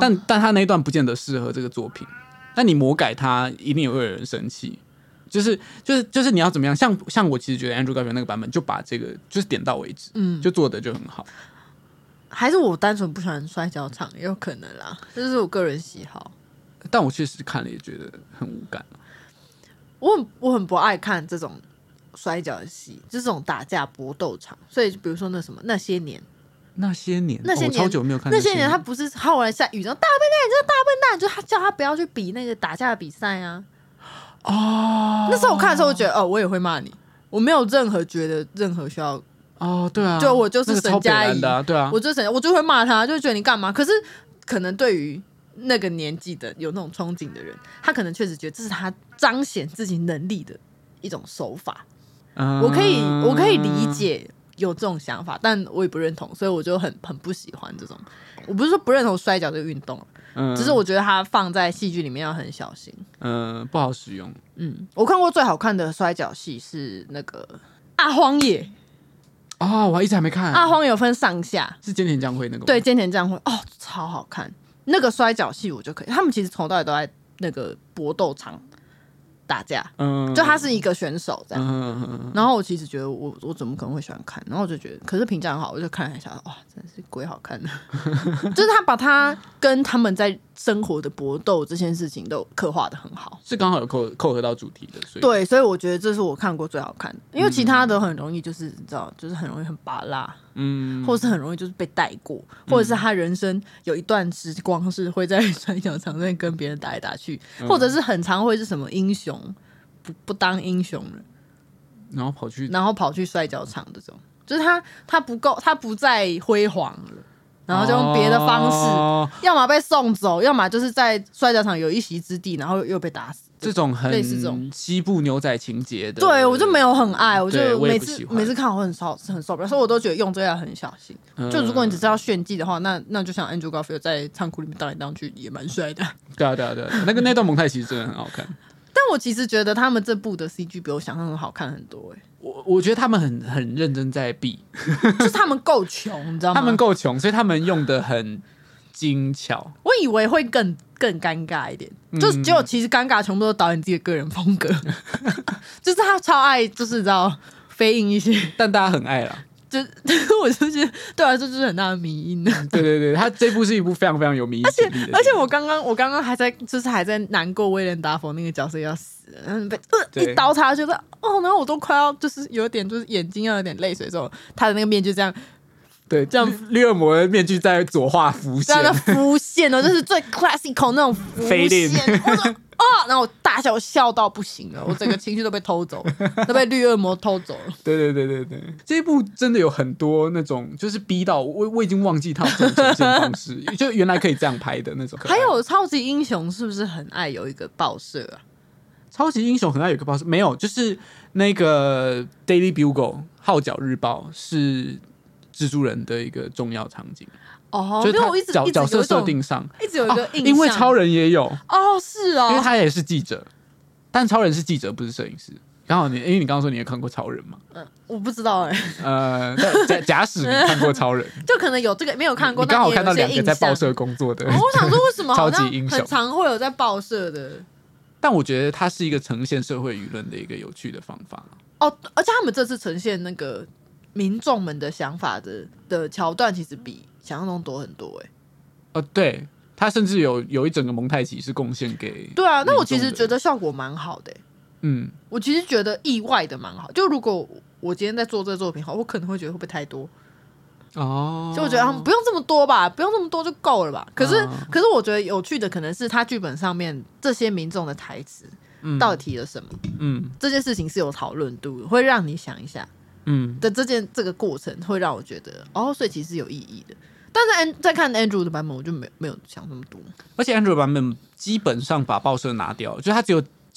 但但他那一段不见得适合这个作品，但你魔改它一定也会有人生气。就是就是就是你要怎么样？像像我其实觉得 Andrew Garfield 那个版本就把这个就是点到为止，嗯，就做的就很好。 还是我单纯不喜欢摔跤场，也有可能啦，这是我个人喜好。 但我确实看了也觉得很无感。 我很我很不爱看这种摔跤的戏，就是这种打架搏斗场。所以比如说那什么那些年。 那些年， 那些年、 哦、我超久没有看那些年。那些年他不是后来下雨，然后大笨蛋，你这个大笨蛋，就他叫他不要去比那个打架的比赛啊。哦，那时候我看的时候，我觉得哦，我也会骂你，我没有任何觉得任何需要哦，对啊， 就我就是沈佳宜、 那個啊，对啊， 我就是沈，我就会骂他，就觉得你干嘛？可是可能对于那个年纪的有那种憧憬的人，他可能确实觉得这是他彰显自己能力的一种手法。嗯、我可以，我可以理解有这种想法，但我也不认同，所以我就很很不喜欢这种。我不是说不认同摔跤这个运动。嗯，只是我觉得它放在戏剧里面要很小心， 嗯，不好使用。 嗯，我看过最好看的摔跤戏是那个阿荒野。 哦，我一直还没看。 阿荒野有分上下， 是菅田将晖那个吗？ 对，菅田将晖，哦，超好看。那个摔跤戏我就可以，他们其实从头到尾都在那个搏斗场打架，嗯，就他是一个选手这样。嗯嗯嗯、然后我其实觉得我我怎么可能会喜欢看？然后我就觉得，可是评价很好，我就看了一下，哇，真的是鬼好看的。就是他把他跟他们在生活的搏斗这件事情都刻画的很好， 是刚好有扣扣合到主题的，所以对，所以我觉得这是我看过最好看的。因为其他的很容易就是你知道，就是很容易很拔辣，嗯，或者是很容易就是被带过，或者是他人生有一段时光是会在摔跤场上跟别人打来打去，嗯、或者是很常会是什么英雄不不当英雄了， 然后跑去然后跑去摔跤场这种，就是他他不够，他不再辉煌了。然后就用别的方式，哦、要么被送走，要么就是在摔跤场有一席之地，然后又被打死。 这种很类似这种西部牛仔情节的， 对我就没有很爱，我就每次每次看我很受很受不了，所以我都觉得用这个要很小心。嗯、就如果你只是要炫技的话，那那就像 Andrew Garfield 在仓库里面荡来荡去也蛮帅的。 对啊对啊对啊，那个那段蒙太奇真的很好看。 但我其实觉得他们这部的 C G 比我想象中好看很多、欸、 我我觉得他们很很认真在避， 就是他们够穷，你知道吗？ 他们够穷，所以他们用的很精巧。 我以为会更更尴尬一点，嗯、就结果其实尴尬全部都是导演自己的个人风格，就是他超爱，就是你知道飞应一些， 但大家很爱啦。 就我就觉得对我来说就是很大的迷因。 对对对，他这部是一部非常非常有迷因性的。 而且我刚刚我刚刚还在就是还在难过威廉达佛那个角色要死了，然后被、呃、一刀插，觉得哦，然后我都快要就是有点就是眼睛要有点泪水的时候，他的那个面就这样。 对，这样绿恶魔的面具在左画浮现， 这样的浮现哦，就是最 classical 那种浮现。我说啊，然后我大笑笑到不行了，我整个情绪都被偷走了，都被绿恶魔偷走了。 对对对对对，这一部真的有很多那种，就是逼到我我已经忘记他这种呈现方式，就原来可以这样拍的那种。 还有超级英雄是不是很爱有一个报社啊？ 超级英雄很爱有一个报社，没有，就是那个 Daily Bugle 号角日报是蜘蛛人的一个重要场景哦， 就是他我一直角角色设定上一直有一个印象、 哦，因为超人也有哦，是哦， 因为他也是记者，但超人是记者不是摄影师。刚好你因为你刚刚说你也看过超人嘛， 嗯，我不知道哎、欸， 呃，假假使你看过超人， 就可能有这个没有看过， 你刚好看到两个在报社工作的、 哦，我想说为什么超级英雄很常会有在报社的， 但我觉得它是一个呈现社会舆论的一个有趣的方法哦，而且他们这次呈现那个民众们的想法的的桥段，其实比想象中多很多哎、 欸。呃，对，他甚至有有一整个蒙太奇是贡献给对啊，那我其实觉得效果蛮好的、欸。 嗯， 我其实觉得意外的蛮好。就如果我今天在做这个作品，好，我可能会觉得会不会太多哦？所以我觉得他们不用这么多吧，不用这么多就够了吧。可是，哦、可是我觉得有趣的可能是他剧本上面这些民众的台词到底提了什么？嗯，这件事情是有讨论度的，会让你想一下。嗯的这件这个过程会让我觉得哦，所以其实有意义的。但是在看 Andrew 的版本，我就没没有想那么多。 而且 Andrew 的版本基本上把报社拿掉，就他只有只有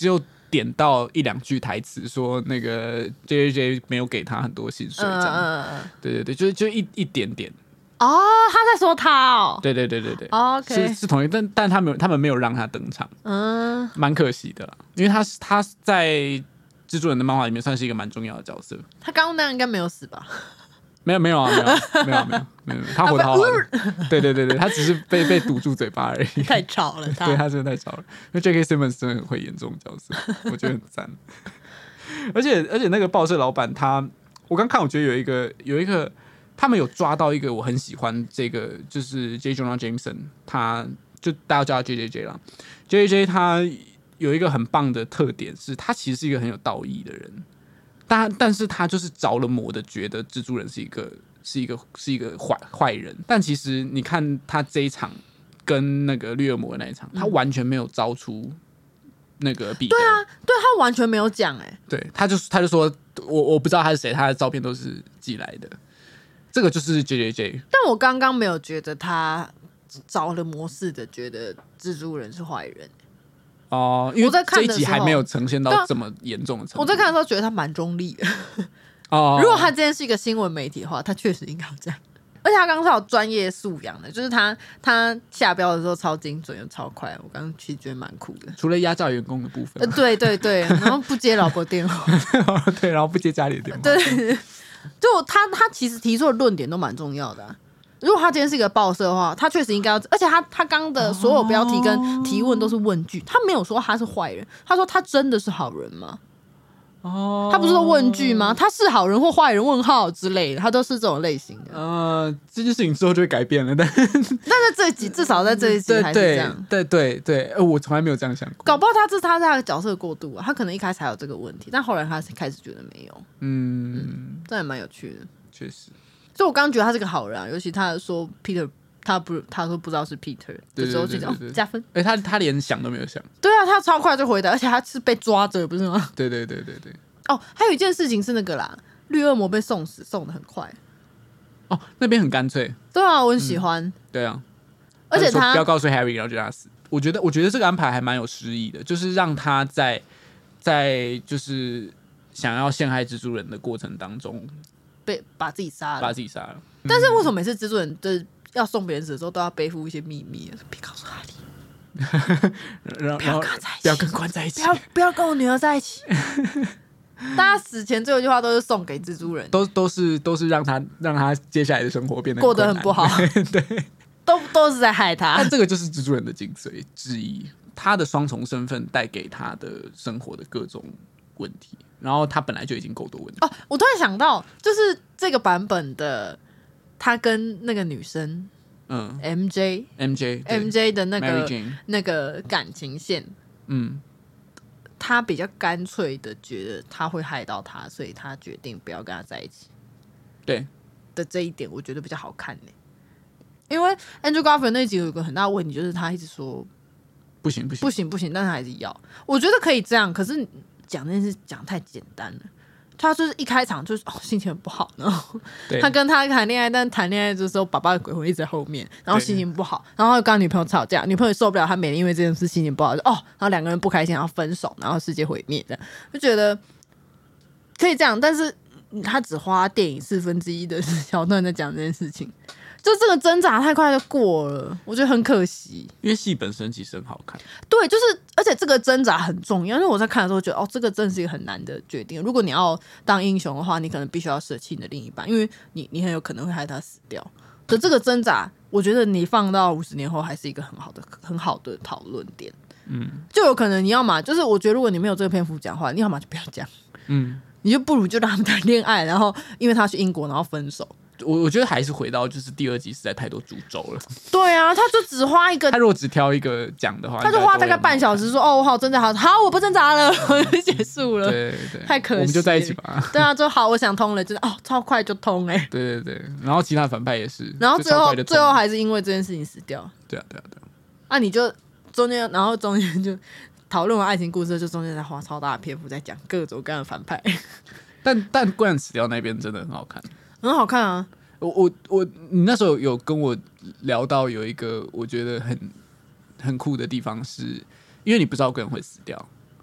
点到一两句台词，说那个 J J J 没有给他很多薪水，这样，嗯嗯嗯对对对，就就一一点点。 哦，他在说他哦。 对对对对对、 哦、，OK， 是是同一，但但他们他们没有让他登场，嗯，蛮可惜的啦，因为他他在蜘蛛人的漫画里面算是一个蛮重要的角色。 他刚刚那样应该没有死吧？ 没有没有啊，没有没有没有没有没有，他活得好好的。对对对对，他只是被被堵住嘴巴而已。 太吵了，他对他真的太吵了。因为 J K Simmons 真的很会演这种角色，我觉得很赞。而且而且那个报社老板他，我刚看我觉得有一个有一个。他们有抓到一个我很喜欢这个，就是 J. Jonah Jameson， 他就大家叫他 J J J 啦。J J J 他有一个很棒的特点，是他其实是一个很有道义的人，但但是他就是着了魔的，觉得蜘蛛人是一个是一个是一个坏坏人。但其实你看他这一场跟那个绿恶魔的那一场，他完全没有招出那个彼得。 对啊，对他完全没有讲哎、欸。 对，他就他就说我我不知道他是谁，他的照片都是寄来的。这个就是 J J J， 但我刚刚没有觉得他着了魔似的觉得蜘蛛人是坏人哦、呃，因为这一集还没有呈现到这么严重的程度。 我在看的时候觉得他蛮中立的哦。如果他今天是一个新闻媒体的话，他确实应该要这样。而且他刚刚是有专业素养的，就是他他下标的时候超精准又超快，我刚刚其实觉得蛮酷的。 除了压榨员工的部分， 呃，对对对，然后不接老婆电话， 对，然后不接家里的电话， 对。就他，他其实提出的论点都蛮重要的、啊。如果他今天是一个报社的话，他确实应该要，而且他他刚的所有标题跟提问都是问句，他没有说他是坏人，他说他真的是好人吗？哦，他不是说问句吗？他是好人或坏人？问号之类的，他都是这种类型的。 呃，这件事情之后就会改变了，但但在这一集，至少在这一集还是这样。 对对对对，呃，我从来没有这样想过。 搞不好他这是他在他的角色过渡啊，他可能一开始还有这个问题，但后来他开始觉得没有。嗯，嗯这也蛮有趣的。 确实， 所以我刚刚觉得他是个好人啊，尤其他说 Peter。他不，他说不知道是 Peter 的时候就讲、哦、加分。 哎、欸，他他连想都没有想。 对啊，他超快就回答，而且他是被抓着，不是吗？ 对对对对对。 哦，还有一件事情是那个啦，绿恶魔被送死，送的很快。 哦，那边很干脆。 对啊，我很喜欢。 嗯、对啊， 而且他不要告诉 Harry， 然后就让他死。我觉得，我觉得这个安排还蛮有诗意的，就是让他在在就是想要陷害蜘蛛人的过程当中， 被把自己杀了， 把自己杀了。嗯、 但是为什么每次蜘蛛人的要送别人死的时候都要背负一些秘密？别告诉哈利， 然后不要跟他在一起，不要跟关在一起， 不要不要跟我女儿在一起。大家死前最后一句话都是送给蜘蛛人， 都都是都是让他让他接下来的生活变得过得很不好， 对， 都都是在害他。 但这个就是蜘蛛人的精髓之一，他的双重身份带给他的生活的各种问题，然后他本来就已经够多问题。 哦，我突然想到，就是这个版本的。他跟那个女生，嗯 ，M J M J M J 的那个那个感情线，嗯，他比较干脆的觉得他会害到他，所以他决定不要跟他在一起。 对的这一点，我觉得比较好看呢。因为 Andrew Garfield 那集有一个很大的问题，就是他一直说不行不行不行不行，但是还是要。我觉得可以这样，可是讲这件事讲太简单了。他就是一开场就是哦心情很不好，然后他跟他谈恋爱，但谈恋爱的时候爸爸的鬼魂一直在后面，然后心情不好，然后又跟他女朋友吵架，女朋友受不了他，每天因为这件事心情不好，就哦，然后两个人不开心，然后分手，然后世界毁灭，这样就觉得可以这样，但是他只花电影四分之一的小段在讲这件事情。就这个挣扎太快就过了，我觉得很可惜。 因为戏本身其实很好看， 对，就是而且这个挣扎很重要。因为我在看的时候觉得，哦，这个真的是一个很难的决定。如果你要当英雄的话，你可能必须要舍弃你的另一半，因为你你很有可能会害他死掉。的这个挣扎，我觉得你放到五十年后还是一个很好的很好的讨论点。嗯，就有可能你要嘛，就是我觉得如果你没有这个篇幅讲话，你要嘛就不要讲。嗯，你就不如就让他们谈恋爱，然后因为他去英国，然后分手。 我我觉得还是回到就是第二集实在太多诅咒了。 对啊，他就只花一个， 他如果只挑一个讲的话， 他就花大概半小时说哦，我好挣扎，好，好，我不挣扎了，我就结束了。 对对对， 太可惜了， 我们就在一起吧。 对啊，就好，我想通了，就是哦，超快就通哎、欸。 对对对，然后其他反派也是， 然后最后最后还是因为这件事情死掉。 对啊对啊对啊， 啊你就中间，然后中间就讨论完爱情故事，就中间在花超大的篇幅在讲各种各样的反派。 但但Gwen死掉那边真的很好看， 很好看啊。 我我我，你那时候有跟我聊到有一个我觉得很很酷的地方是，因为你不知道Gwen会死掉，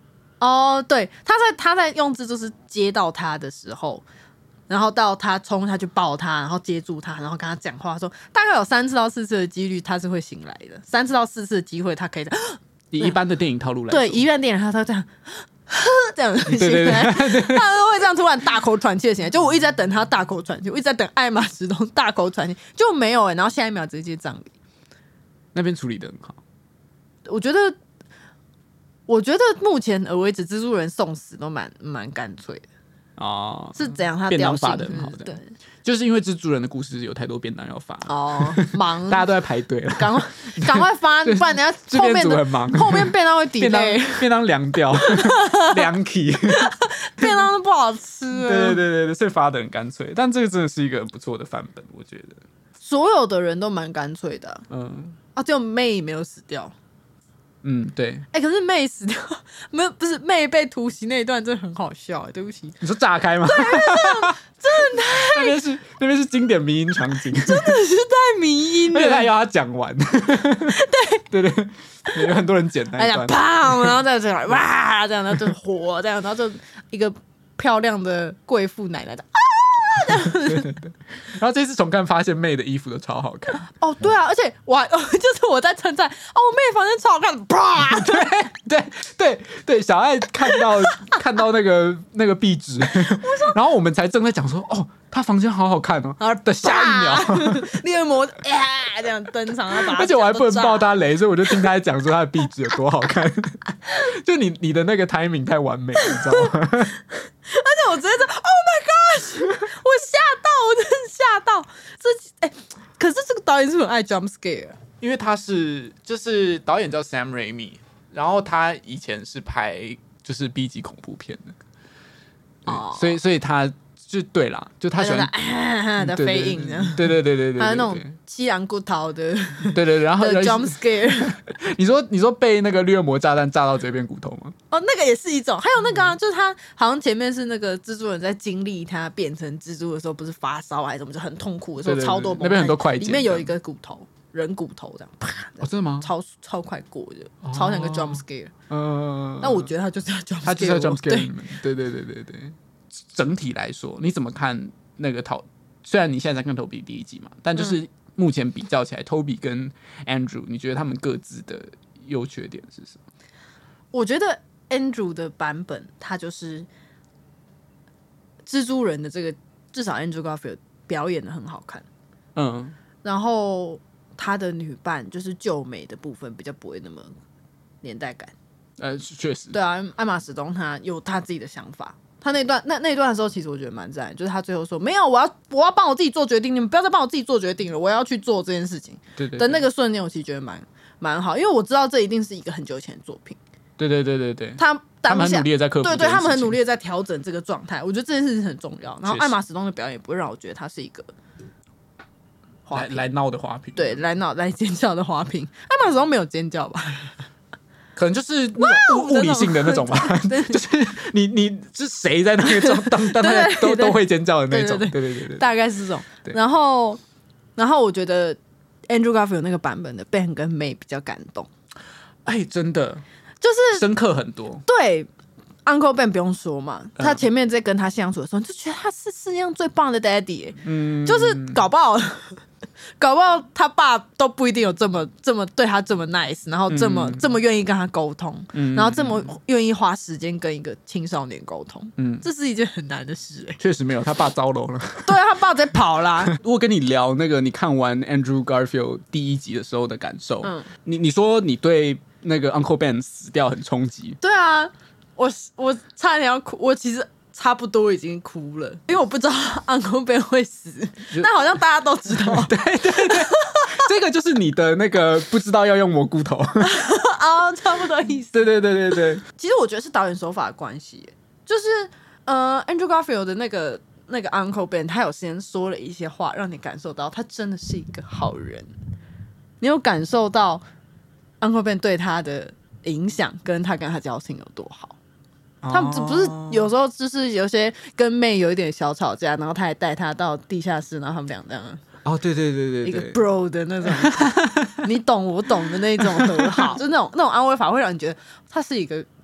哦，对，他在他在用蜘蛛丝接到他的时候，然后到他冲下去抱他，然后接住他，然后跟他讲话，说大概有三次到四次的几率他是会醒来的，三次到四次的机会他可以以一般的电影套路来说， 对，一般电影他他这样。这样醒来，他会这样突然大口喘气的醒来。就我一直在等他大口喘气，我一直在等艾玛史东大口喘气，就没有哎、欸。然后下一秒直接葬礼， 那边处理得很好。 我觉得，我觉得目前而为止，蜘蛛人送死都蛮蛮干脆的。 哦， 是怎样？他便当发发的很好的， 对， 就是因为蜘蛛人的故事有太多便当要发哦，忙， 大家都在排队了， 赶快赶快发，不然等下后面的很忙， 后面便当会 delay， 便当凉掉，凉起， 便当都不好吃。 对对对对对，所以发的很干脆，但这个真的是一个不错的范本，我觉得所有的人都蛮干脆的、啊，嗯，啊，只有 May 没有死掉。 嗯，对。 哎、欸，可是妹死掉，没有，不是妹被突袭那一段真的很好笑、欸，对不起。 你说炸开吗？ 对，真的太那边是那边是经典迷因场景，真的是太迷因了。 而且他要他讲完，对对对，有很多人剪那一段， 砰，然后再这样哇，这样，然后就火，这样，然后就一个漂亮的贵妇奶奶的。 对对对，然后这次重看发现妹的衣服都超好看哦，对啊，而且我还就是我在称赞哦，我妹房间超好看，啪， 对对对对，小爱看到看到那个那个壁纸，然后我们才正在讲说哦，她房间好好看哦，然后的下一秒， 猎魔呀这样登场， 而且我还不能爆她雷，所以我就听她讲说她的壁纸有多好看，就你你的那个 timing 太完美了，你知道吗？ 而且我直接说 ，Oh my gosh！ 我吓到，我真的吓到。这哎、欸，可是这个导演是不是很爱 jump scare？ 因为他是就是导演叫 Sam Raimi， 然后他以前是拍就是 B 级恐怖片的，哦，所以所以他就对啦，就他喜欢他的飞影的， 对对对对对， 还有那种七阳骨头的， 对对，然后 jump scare。 你说你说被那个绿恶魔炸弹炸到嘴边骨头吗？ 哦，那个也是一种，还有那个啊，就是他好像前面是那个蜘蛛人在经历他变成蜘蛛的时候，不是发烧还是什么，就很痛苦的时候， 对对对超多那边很多快剪， 里面有一个骨头，人骨头这样，啪， 哦，真的吗？ 超超快过的，哦、超像个 jump scare。嗯，那我觉得他就是要 jump scare， 他就是要 jump scare 你们，对对对对对。整体来说，你怎么看那个讨？虽然你现在在看 Toby 第一集嘛，但就是目前比较起来、嗯、，Toby 跟 Andrew， 你觉得他们各自的优缺点是什么？ 我觉得 Andrew 的版本，他就是蜘蛛人的这个，至少 Andrew Garfield 表演的很好看，嗯，然后他的女伴就是救美的部分比较不会那么年代感， 呃，确实， 对啊，艾玛史东他有他自己的想法。他那段那那一段的时候，其实我觉得蛮赞，就是他最后说没有，我要我要帮我自己做决定，你们不要再帮我自己做决定了，我要去做这件事情。 对对， 的那个瞬间，我其实觉得蛮蛮好，因为我知道这一定是一个很久以前的作品。 对对对对对， 他他们很努力的在克服， 对对，他们很努力的在调整这个状态，我觉得这件事情很重要。然后艾玛史东的表演也不会让我觉得他是一个来来闹的花瓶， 对，来闹来尖叫的花瓶。艾玛史东没有尖叫吧？ 可能就是那种物理性的那种吧，就是你你是谁在那个当当当那都都会尖叫的那种，对对对对， 大概是这种。然后然后我觉得 Andrew Garfield 那个版本的 Ben 跟 May 比较感动， 哎，真的就是深刻很多。 对 Uncle Ben 不用说嘛，他前面在跟他相处的时候，就觉得他是世界上最棒的 Daddy， 嗯，就是搞不好。搞不好他爸都不一定有这么这么对他这么 nice， 然后这么、嗯、这么愿意跟他沟通、嗯，然后这么愿意花时间跟一个青少年沟通，嗯，这是一件很难的事、欸。确实没有，他爸糟楼了。 对啊，他爸直接跑啦。 如果跟你聊那个你看完 Andrew Garfield 第一集的时候的感受，嗯，你你说你对那个 Uncle Ben 死掉很冲击。 对啊，我我差点要哭，我其实。差不多已经哭了，因为我不知道 Uncle Ben 会死，但好像大家都知道。 对对对，这个就是你的那个不知道要用蘑菇头哦，差不多意思。 对对对对对， 其实我觉得是导演手法的关系，就是呃 ，Andrew Garfield 的那个那个 Uncle Ben， 他有先说了一些话，让你感受到他真的是一个好人。你有感受到 Uncle Ben 对他的影响，跟他跟他交情有多好？他们不是有时候就是有些跟妹有一点小吵架，然后他还带他到地下室，然后他们俩这样哦，对对对对， 一个 bro 的那种，你懂我懂的那种和好，就那种那种安慰法会让你觉得他是一个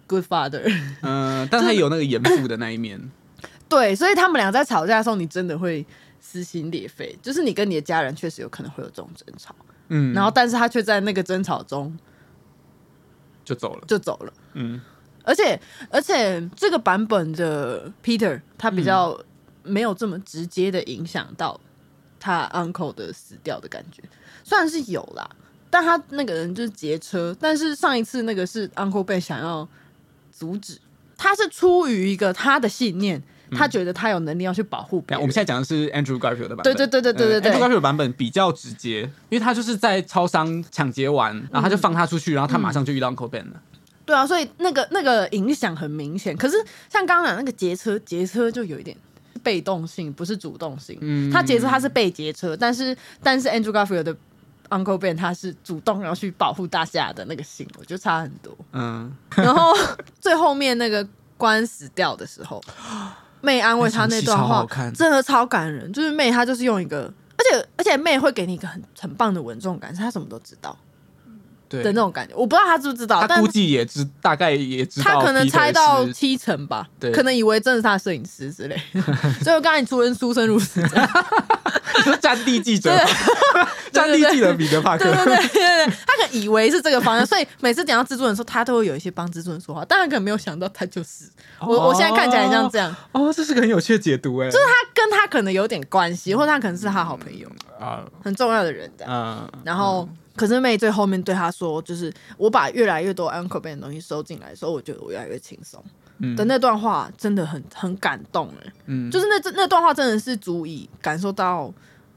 good father。 嗯，但他有那个严父的那一面。 对，所以他们俩在吵架的时候，你真的会撕心裂肺，就是你跟你的家人确实有可能会有这种争吵，嗯，然后但是他却在那个争吵中就走了， 就走了， 嗯， 而且而且这个版本的 Peter 他比较没有这么直接的影响到他 uncle 的死掉的感觉，虽然是有啦，但他那个人就是劫车，但是上一次那个是 uncle Ben 想要阻止，他是出于一个他的信念。他觉得他有能力要去保护别人。 我们现在讲的是 Andrew Garfield 的版本。 对对对对对对、呃、 Andrew Garfield 的版本比较直接，因为他就是在超商抢劫完，然后他就放他出去，然后他马上就遇到 Uncle Ben 了。 对啊，所以那个那个影响很明显。可是像刚刚讲那个劫车，劫车就有一点被动性，不是主动性。嗯，他劫车他是被劫车，但是但是 Andrew Garfield 的 Uncle Ben 他是主动要去保护大家的那个心，我觉得差很多。嗯，然后最后面那个关死掉的时候。妹安慰他那段话真的超感人，就是妹她就是用一个，而且而且妹会给你一个很很棒的稳重感，是她什么都知道的那种感觉。我不知道她知不知道， 她估计也知，大概也知道， 她可能猜到七成吧，可能以为真的是他的摄影师之类。所以我刚才你出人书生如此， 你说战地记者，战地记者彼得帕克， 对对对对对，他可能以为是这个方向，所以每次讲到蜘蛛人的时候，他都会有一些帮蜘蛛人说话，但他可能没有想到他就是。我我现在看起来像这样哦，这是个很有趣的解读哎， 就是他跟他可能有点关系，或者他可能是他好朋友啊，很重要的人这样。嗯，然后、嗯、可是妹最后面对他说，就是我把越来越多 Uncle Ben 的东西收进来的时候，我觉得我越来越轻松。嗯、的那段话真的很很感动哎，嗯，就是那那段话真的是足以感受到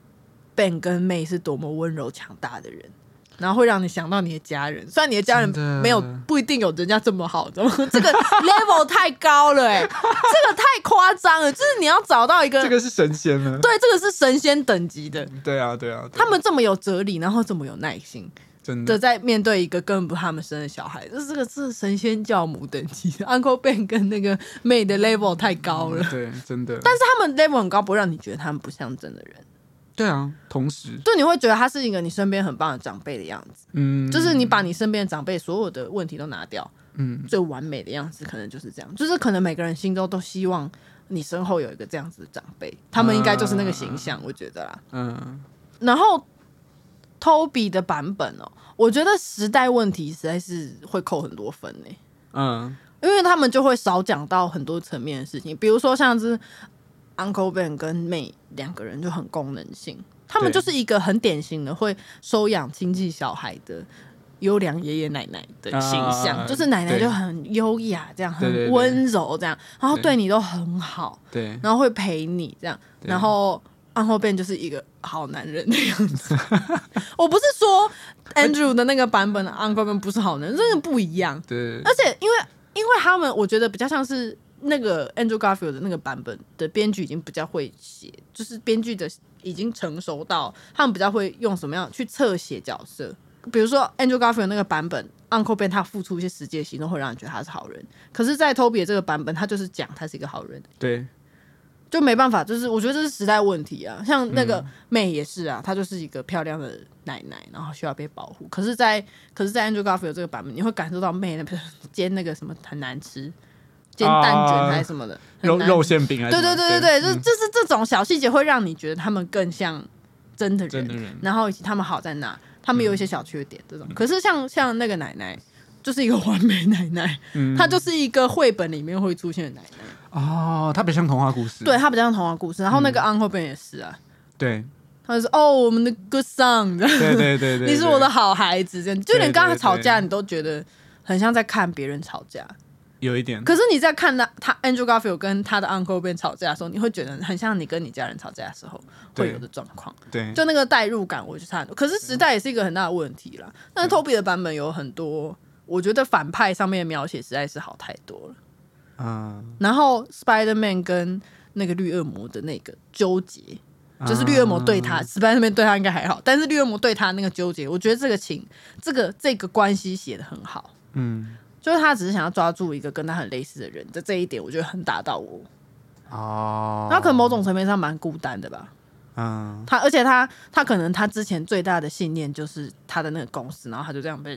Ben 跟妹是多么温柔强大的人。然后会让你想到你的家人，虽然你的家人没有不一定有人家这么好，这个 level 太高了哎、欸，这个太夸张了，就是你要找到一个， 这个是神仙了， 对，这个是神仙等级的， 对啊，对啊，对啊， 他们这么有哲理，然后这么有耐心，真的在面对一个根本不是他们生的小孩，这这个是神仙教母等级的 Uncle Ben 跟那个妹的 level 太高了， 对，真的， 但是他们 level 很高，不会让你觉得他们不像真的人。 对啊，同时， 就你会觉得他是一个你身边很棒的长辈的样子，嗯，就是你把你身边的长辈所有的问题都拿掉，嗯，最完美的样子可能就是这样，就是可能每个人心中都希望你身后有一个这样子的长辈，他们应该就是那个形象，我觉得啦，嗯。然后 Toby 的版本哦，我觉得时代问题实在是会扣很多分呢，嗯，因为他们就会少讲到很多层面的事情，比如说像是。Uncle Ben 跟妹两个人就很功能性，他们就是一个很典型的会收养亲戚小孩的优良爷爷奶奶的形象，啊、就是奶奶就很优雅，这样很温柔，这样，然后对你都很好，对，然后会陪你这样，然后 Uncle Ben 就是一个好男人的样子。我不是说 Andrew 的那个版本的 Uncle Ben 不是好男人，真的不一样。对，而且因为因为他们，我觉得比较像是。那个 Andrew Garfield 的那个版本的编剧已经比较会写，就是编剧的已经成熟到他们比较会用什么样去侧写角色。比如说 Andrew Garfield 那个版本 Uncle Ben 他付出一些实际的行动会让人觉得他是好人，可是在 Toby 的这个版本他就是讲他是一个好人，对，就没办法，就是我觉得这是时代问题啊。像那个妹也是啊，她就是一个漂亮的奶奶，然后需要被保护，可是在可是在 Andrew Garfield 这个版本你会感受到妹那煎那个什么很难吃，煎蛋卷还是什么的，啊、 肉肉馅饼还是什么？ 对对对对对，就就是这种小细节会让你觉得他们更像真的人，真的人，然后以及他们好在哪，他们有一些小缺点这种。嗯、可是像像那个奶奶，就是一个完美奶奶，嗯、她就是一个绘本里面会出现的奶奶。 哦，她比较像童话故事， 对，她比较像童话故事。然后那个 Uncle Ben 也是啊， 对。 他就说：“哦，我们的 good son， 对对对 对, 对， 你是我的好孩子。”这样，就连刚刚吵架，你都觉得很像在看别人吵架。 有一点， 可是你在看他他 Andrew Garfield 跟他的 Uncle Ben 吵架的时候，你会觉得很像你跟你家人吵架的时候会有的状况，对，就那个代入感，我觉得差很多。可是时代也是一个很大的问题啦。但是 Toby 的版本有很多，我觉得反派上面的描写实在是好太多了。嗯，然后 Spider-Man 跟那个绿恶魔的那个纠结，就是绿恶魔对他、嗯、Spider-Man 对他应该还好，但是绿恶魔对他那个纠结，我觉得这个情这个这个关系写得很好。嗯。就是他只是想要抓住一个跟他很类似的人的这一点，我觉得很打到我。哦，他可能某种层面上蛮孤单的吧。嗯，他而且他他可能他之前最大的信念就是他的那个公司，然后他就这样被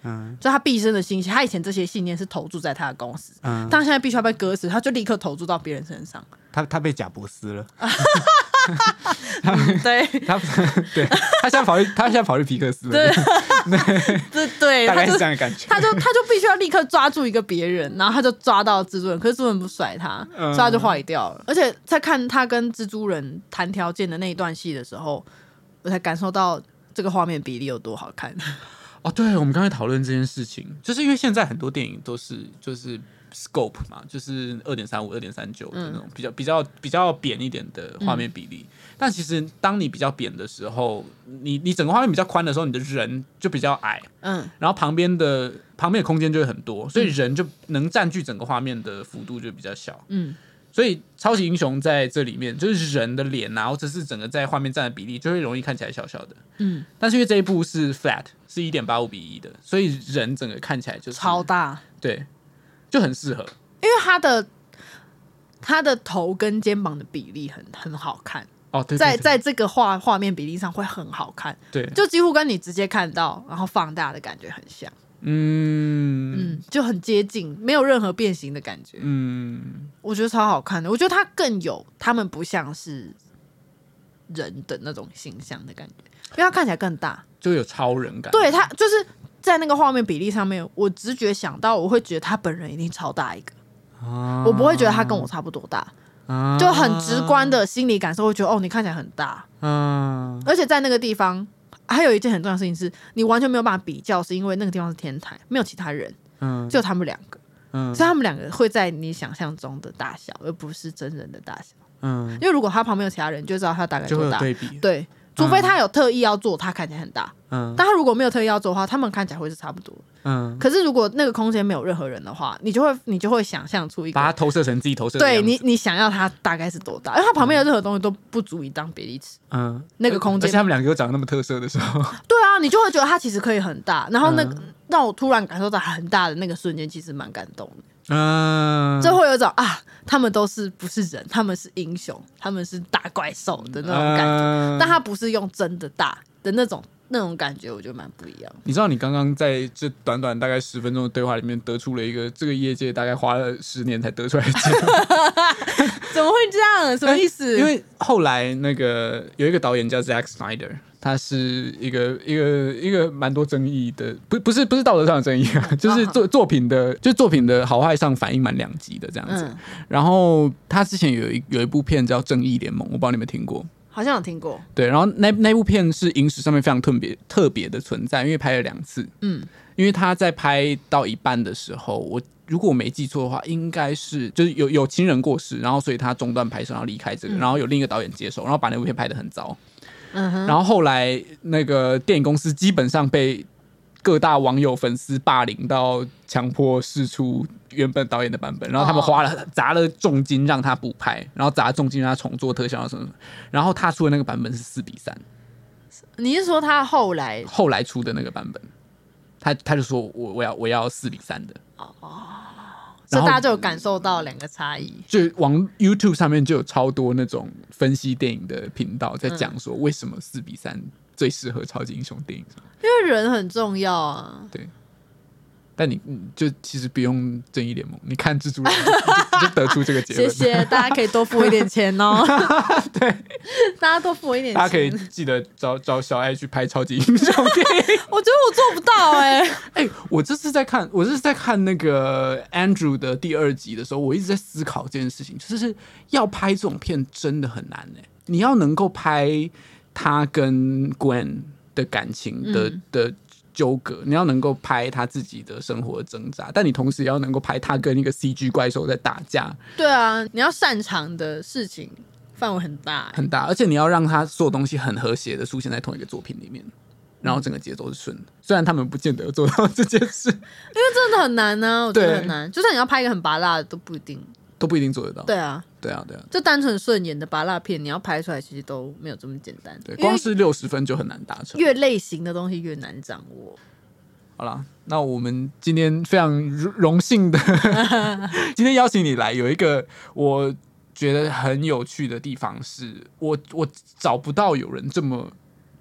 嗯，就他毕生的信心，他以前这些信念是投注在他的公司，嗯，但他现在必须要被割死，他就立刻投注到别人身上。 他他被贾伯斯了。 嗯、对， 他对他现在跑去他现在跑去皮克斯了。 对对对， 大概是这样的感觉。 他就他就必须要立刻抓住一个别人，然后他就抓到蜘蛛人，可是蜘蛛人不甩他，嗯、所以他就坏掉了。而且在看他跟蜘蛛人谈条件的那一段戏的时候，我才感受到这个画面比例有多好看。 哦，对，我们刚才讨论这件事情，就是因为现在很多电影都是就是 scope 嘛，就是二点三五、二点三九的那种比较、嗯、比较比较扁一点的画面比例。嗯、但其实当你比较扁的时候，你你整个画面比较宽的时候，你的人就比较矮，嗯，然后旁边的旁边的空间就会很多，所以人就能占据整个画面的幅度就比较小，嗯。所以超级英雄在这里面就是人的脸啊，或者是整个在画面占的比例就会容易看起来小小的，嗯，但是因为这一部是 flat 是 一点八五比一的，所以人整个看起来就是超大， 对，就很适合， 因为他的他的头跟肩膀的比例很很好看哦，对对对， 在在这个画画面比例上会很好看， 对， 就几乎跟你直接看到然后放大的感觉很像。嗯嗯，就很接近，没有任何变形的感觉。嗯，我觉得超好看的。我觉得它更有他们不像是人的那种形象的感觉，因为它看起来更大， 就有超人感。 对，它就是在那个画面比例上面，我直觉想到，我会觉得他本人一定超大一个，啊、我不会觉得他跟我差不多大。啊、就很直观的心理感受，会觉得哦，你看起来很大。嗯、啊，而且在那个地方。还有一件很重要的事情是，你完全没有办法比较，是因为那个地方是天台，没有其他人，嗯，只有他们两个，嗯，所以他们两个会在你想象中的大小，而不是真人的大小，嗯，因为如果他旁边有其他人，就知道他大概多大， 就会有对比， 对，除非他有特意要做，他看起来很大，嗯，但他如果没有特意要做的话，他们看起来会是差不多，嗯，可是如果那个空间没有任何人的话，你就会你就会想象出一个， 把它投射成自己投射的样子， 对你你想要它大概是多大，因为它旁边的任何东西都不足以当比例尺，嗯，那个空间， 而且他们两个又长得那么特色的时候， 对啊，你就会觉得它其实可以很大，然后那个、嗯、让我突然感受到很大的那个瞬间，其实蛮感动的。嗯，就会有一种啊，他们都是不是人，他们是英雄，他们是大怪兽的那种感觉，嗯、但他不是用真的大的那种那种感觉，我觉得蛮不一样。 你知道，你刚刚在这短短大概十分钟的对话里面，得出了一个这个业界大概花了十年才得出来的结论。 怎么会这样？什么意思？ 因为后来那个有一个导演叫 Zack Snyder。他是一个一个一个蛮多争议的，不不是不是道德上的争议啊，就是作作品的，就是作品的好坏上反应蛮两极的这样子。嗯、然后他之前有一有一部片叫《正义联盟》，我不知道你有没有听过？ 好像有听过。 对，然后那那部片是影史上面非常特别特别的存在，因为拍了两次。嗯，因为他在拍到一半的时候，我如果我没记错的话，应该是就是有有亲人过世，然后所以他中断拍摄，然后离开这个，嗯、然后有另一个导演接手，然后把那部片拍得很糟。嗯、然后后来那个电影公司基本上被各大网友粉丝霸凌到强迫释出原本导演的版本，然后他们花了砸了重金让他补拍，然后砸了重金让他重做特效什么什么，然后他出的那个版本是四比三。 你是说他后来后来出的那个版本，他他就说我我要我要四比三的哦。 所以大家就有感受到两个差异， 就往 YouTube 上面就有超多那种分析电影的频道在讲说为什么四比三最适合超级英雄电影， 因为人很重要啊。 对，但你就其实不用正义联盟，你看蜘蛛人你 就, 就得出这个结论。 谢谢大家，可以多付我一点钱哦。 对， 大家多付我一点钱。 大家可以记得找找小爱去拍超级英雄电影。 我觉得我做不到哎、欸。 哎、欸，我这次在看，我这是在看那个 Andrew 的第二集的时候，我一直在思考这件事情，就是要拍这种片真的很难哎、欸。你要能够拍他跟 Gwen 的感情的、嗯、的。纠葛，你要能够拍他自己的生活的挣扎，但你同时也要能够拍他跟一个 C G 怪兽在打架。 对啊，你要擅长的事情范围很大、欸、 很大，而且你要让他所有东西很和谐的出现在同一个作品里面，然后整个节奏是顺的。虽然他们不见得做到这件事，因为真的很难啊，我觉得很难。就算你要拍一个很拔辣的，都不一定， 都不一定做得到。 对啊， 对啊，对啊， 就单纯顺眼的拔辣片，你要拍出来其实都没有这么简单。 对，光是六十分就很难达成。 越类型的东西越难掌握。 好啦，那我们今天非常荣幸的今天邀请你来，有一个我觉得很有趣的地方是，我我找不到有人这么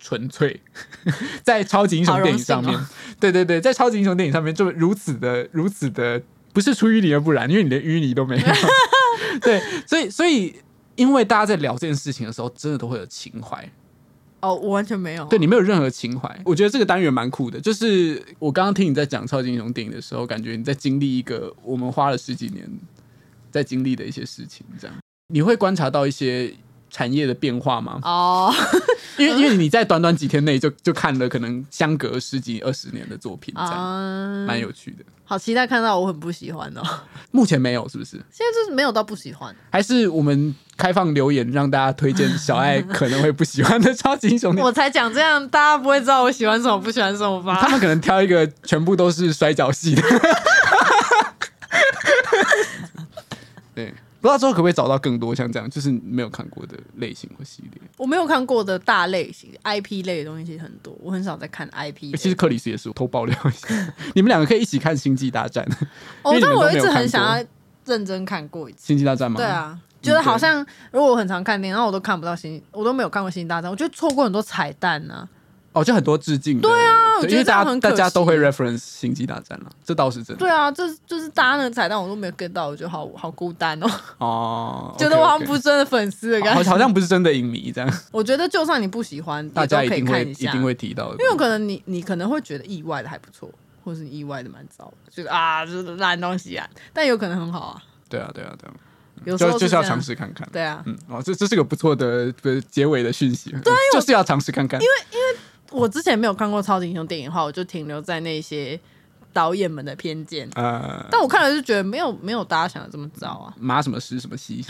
纯粹，在超级英雄电影上面， 哦、 对对对，在超级英雄电影上面就如此的如此的，不是出淤泥而不染，因为你连淤泥都没有。对，所以所以因为大家在聊这件事情的时候，真的都会有情怀。 哦，我完全没有、啊。 对，你没有任何情怀。我觉得这个单元蛮酷的，就是我刚刚听你在讲超级英雄电影的时候，感觉你在经历一个我们花了十几年在经历的一些事情，这样你会观察到一些产业的变化吗？ 哦， 因为因为你在短短几天内就就看了可能相隔十几二十年的作品，这样蛮、嗯、有趣的。 好期待看到我很不喜欢哦。 目前没有，是不是？ 现在就是没有到不喜欢， 还是我们开放留言让大家推荐小爱可能会不喜欢的超级英雄电影？ 我才讲这样，大家不会知道我喜欢什么不喜欢什么吧？ 他们可能挑一个全部都是摔跤戏的。对，不知道之后可不可以找到更多像这样就是没有看过的类型或系列。 我没有看过的大类型 I P 类的东西其实很多，我很少在看 I P 类。 其实克里斯也是，我偷爆料一下，你们两个可以一起看星际大战。 哦，但我一直很想要认真看过一次星际大战吗？ 对啊，觉得好像如果我很常看电影，然后我都看不到星，我都没有看过星际大战，我觉得错过很多彩蛋啊。 哦，就很多致敬的。 对啊，我觉得这样很可惜。 大家都会 reference 星际大战了，这倒是真的。 对啊，这就是大家那个彩蛋我都没有 get 到，我觉得好好孤单哦。 哦， 觉得我好像不是真的粉丝的感觉， 好像不是真的影迷这样。 我觉得就算你不喜欢， 大家也都可以看一下， 一定会提到的。 因为可能你你可能会觉得意外的还不错，或是意外的蛮糟的，就是啊，就是烂东西啊，但有可能很好啊。 对啊，对啊，对啊。 有时候就, 就是要尝试看看。 对啊， 嗯，哦，这这是个不错的结尾的讯息。对，就是要尝试看看。 因为因为我之前没有看过超级英雄电影的话，我就停留在那些导演们的偏见。呃，但我看了就觉得没有没有大家想的这么糟啊。 马什么诗什么戏，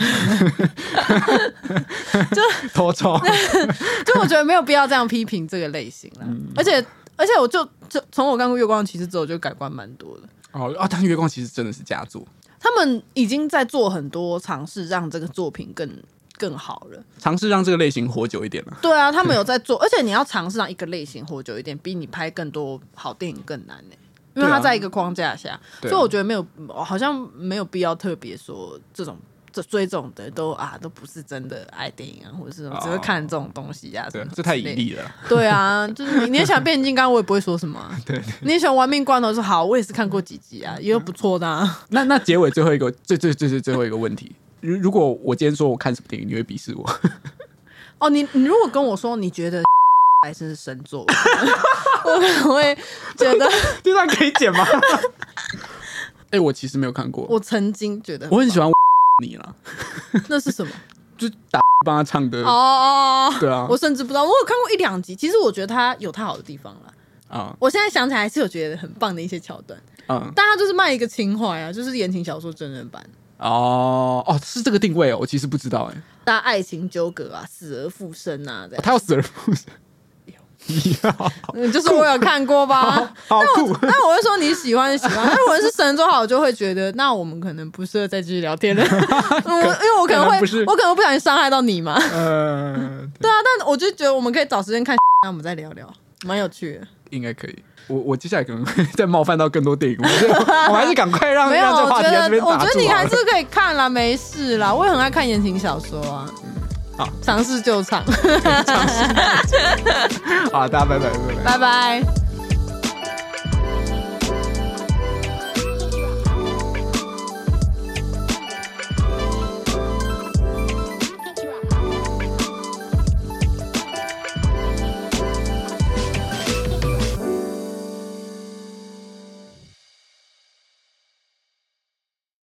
就偷抽。 就我觉得没有必要这样批评这个类型啦。嗯、而且而且我就就从我看过《月光骑士》之后，就改观蛮多的。 哦啊，但《月光骑士》真的是佳作。 他们已经在做很多尝试，让这个作品更更好了， 尝试让这个类型活久一点了。 对啊，他们有在做，而且你要尝试让一个类型活久一点，比你拍更多好电影更难呢、欸。因为它在一个框架下，啊、所以我觉得没有，好像没有必要特别说这种这追这种的都啊都不是真的爱电影啊，或者是只会看这种东西啊。 对，这太隐蔽了。 对啊，就是你你也喜欢变形金刚，我也不会说什么、啊。 对, 对， 你也喜欢玩命关头，说好，我也是看过几集啊，也有不错的啊。 那那结尾最后一个最最最最最后一个问题，如如果我今天说我看什么电影，你会鄙视我？ 哦，你你如果跟我说你觉得还是神作，我可能会觉得这段可以剪吗？哎、欸，我其实没有看过。 我曾经觉得我很喜欢你啦。 那是什么？ 就打帮他唱的哦。 对啊， 我甚至不知道，我有看过一两集。其实我觉得他有他好的地方啦。啊、嗯，我现在想起来还是有觉得很棒的一些桥段。嗯，但他就是卖一个情怀啊，就是言情小说真人版。 哦哦，是这个定位哦，我其实不知道哎。 大家爱情纠葛啊，死而复生啊，这样、 哦、他要死而复生。 嗯，就是我有看过吧， 好酷。 那我会说你喜欢喜欢，那如果是神作好，我就会觉得那我们可能不适合再继续聊天了。嗯，因为我可能会，可我可能不小心伤害到你嘛。呃，对啊，但我就觉得我们可以找时间看，那我们再聊聊，蛮有趣的。 应该可以。我我接下来可能会再冒犯到更多电影，我我还是赶快让让这话题在这边打住。 我觉得你还是可以看啦，没事啦。我也很爱看言情小说啊。 好， 尝试就尝。 尝试。好，大家拜拜，拜拜， 拜拜。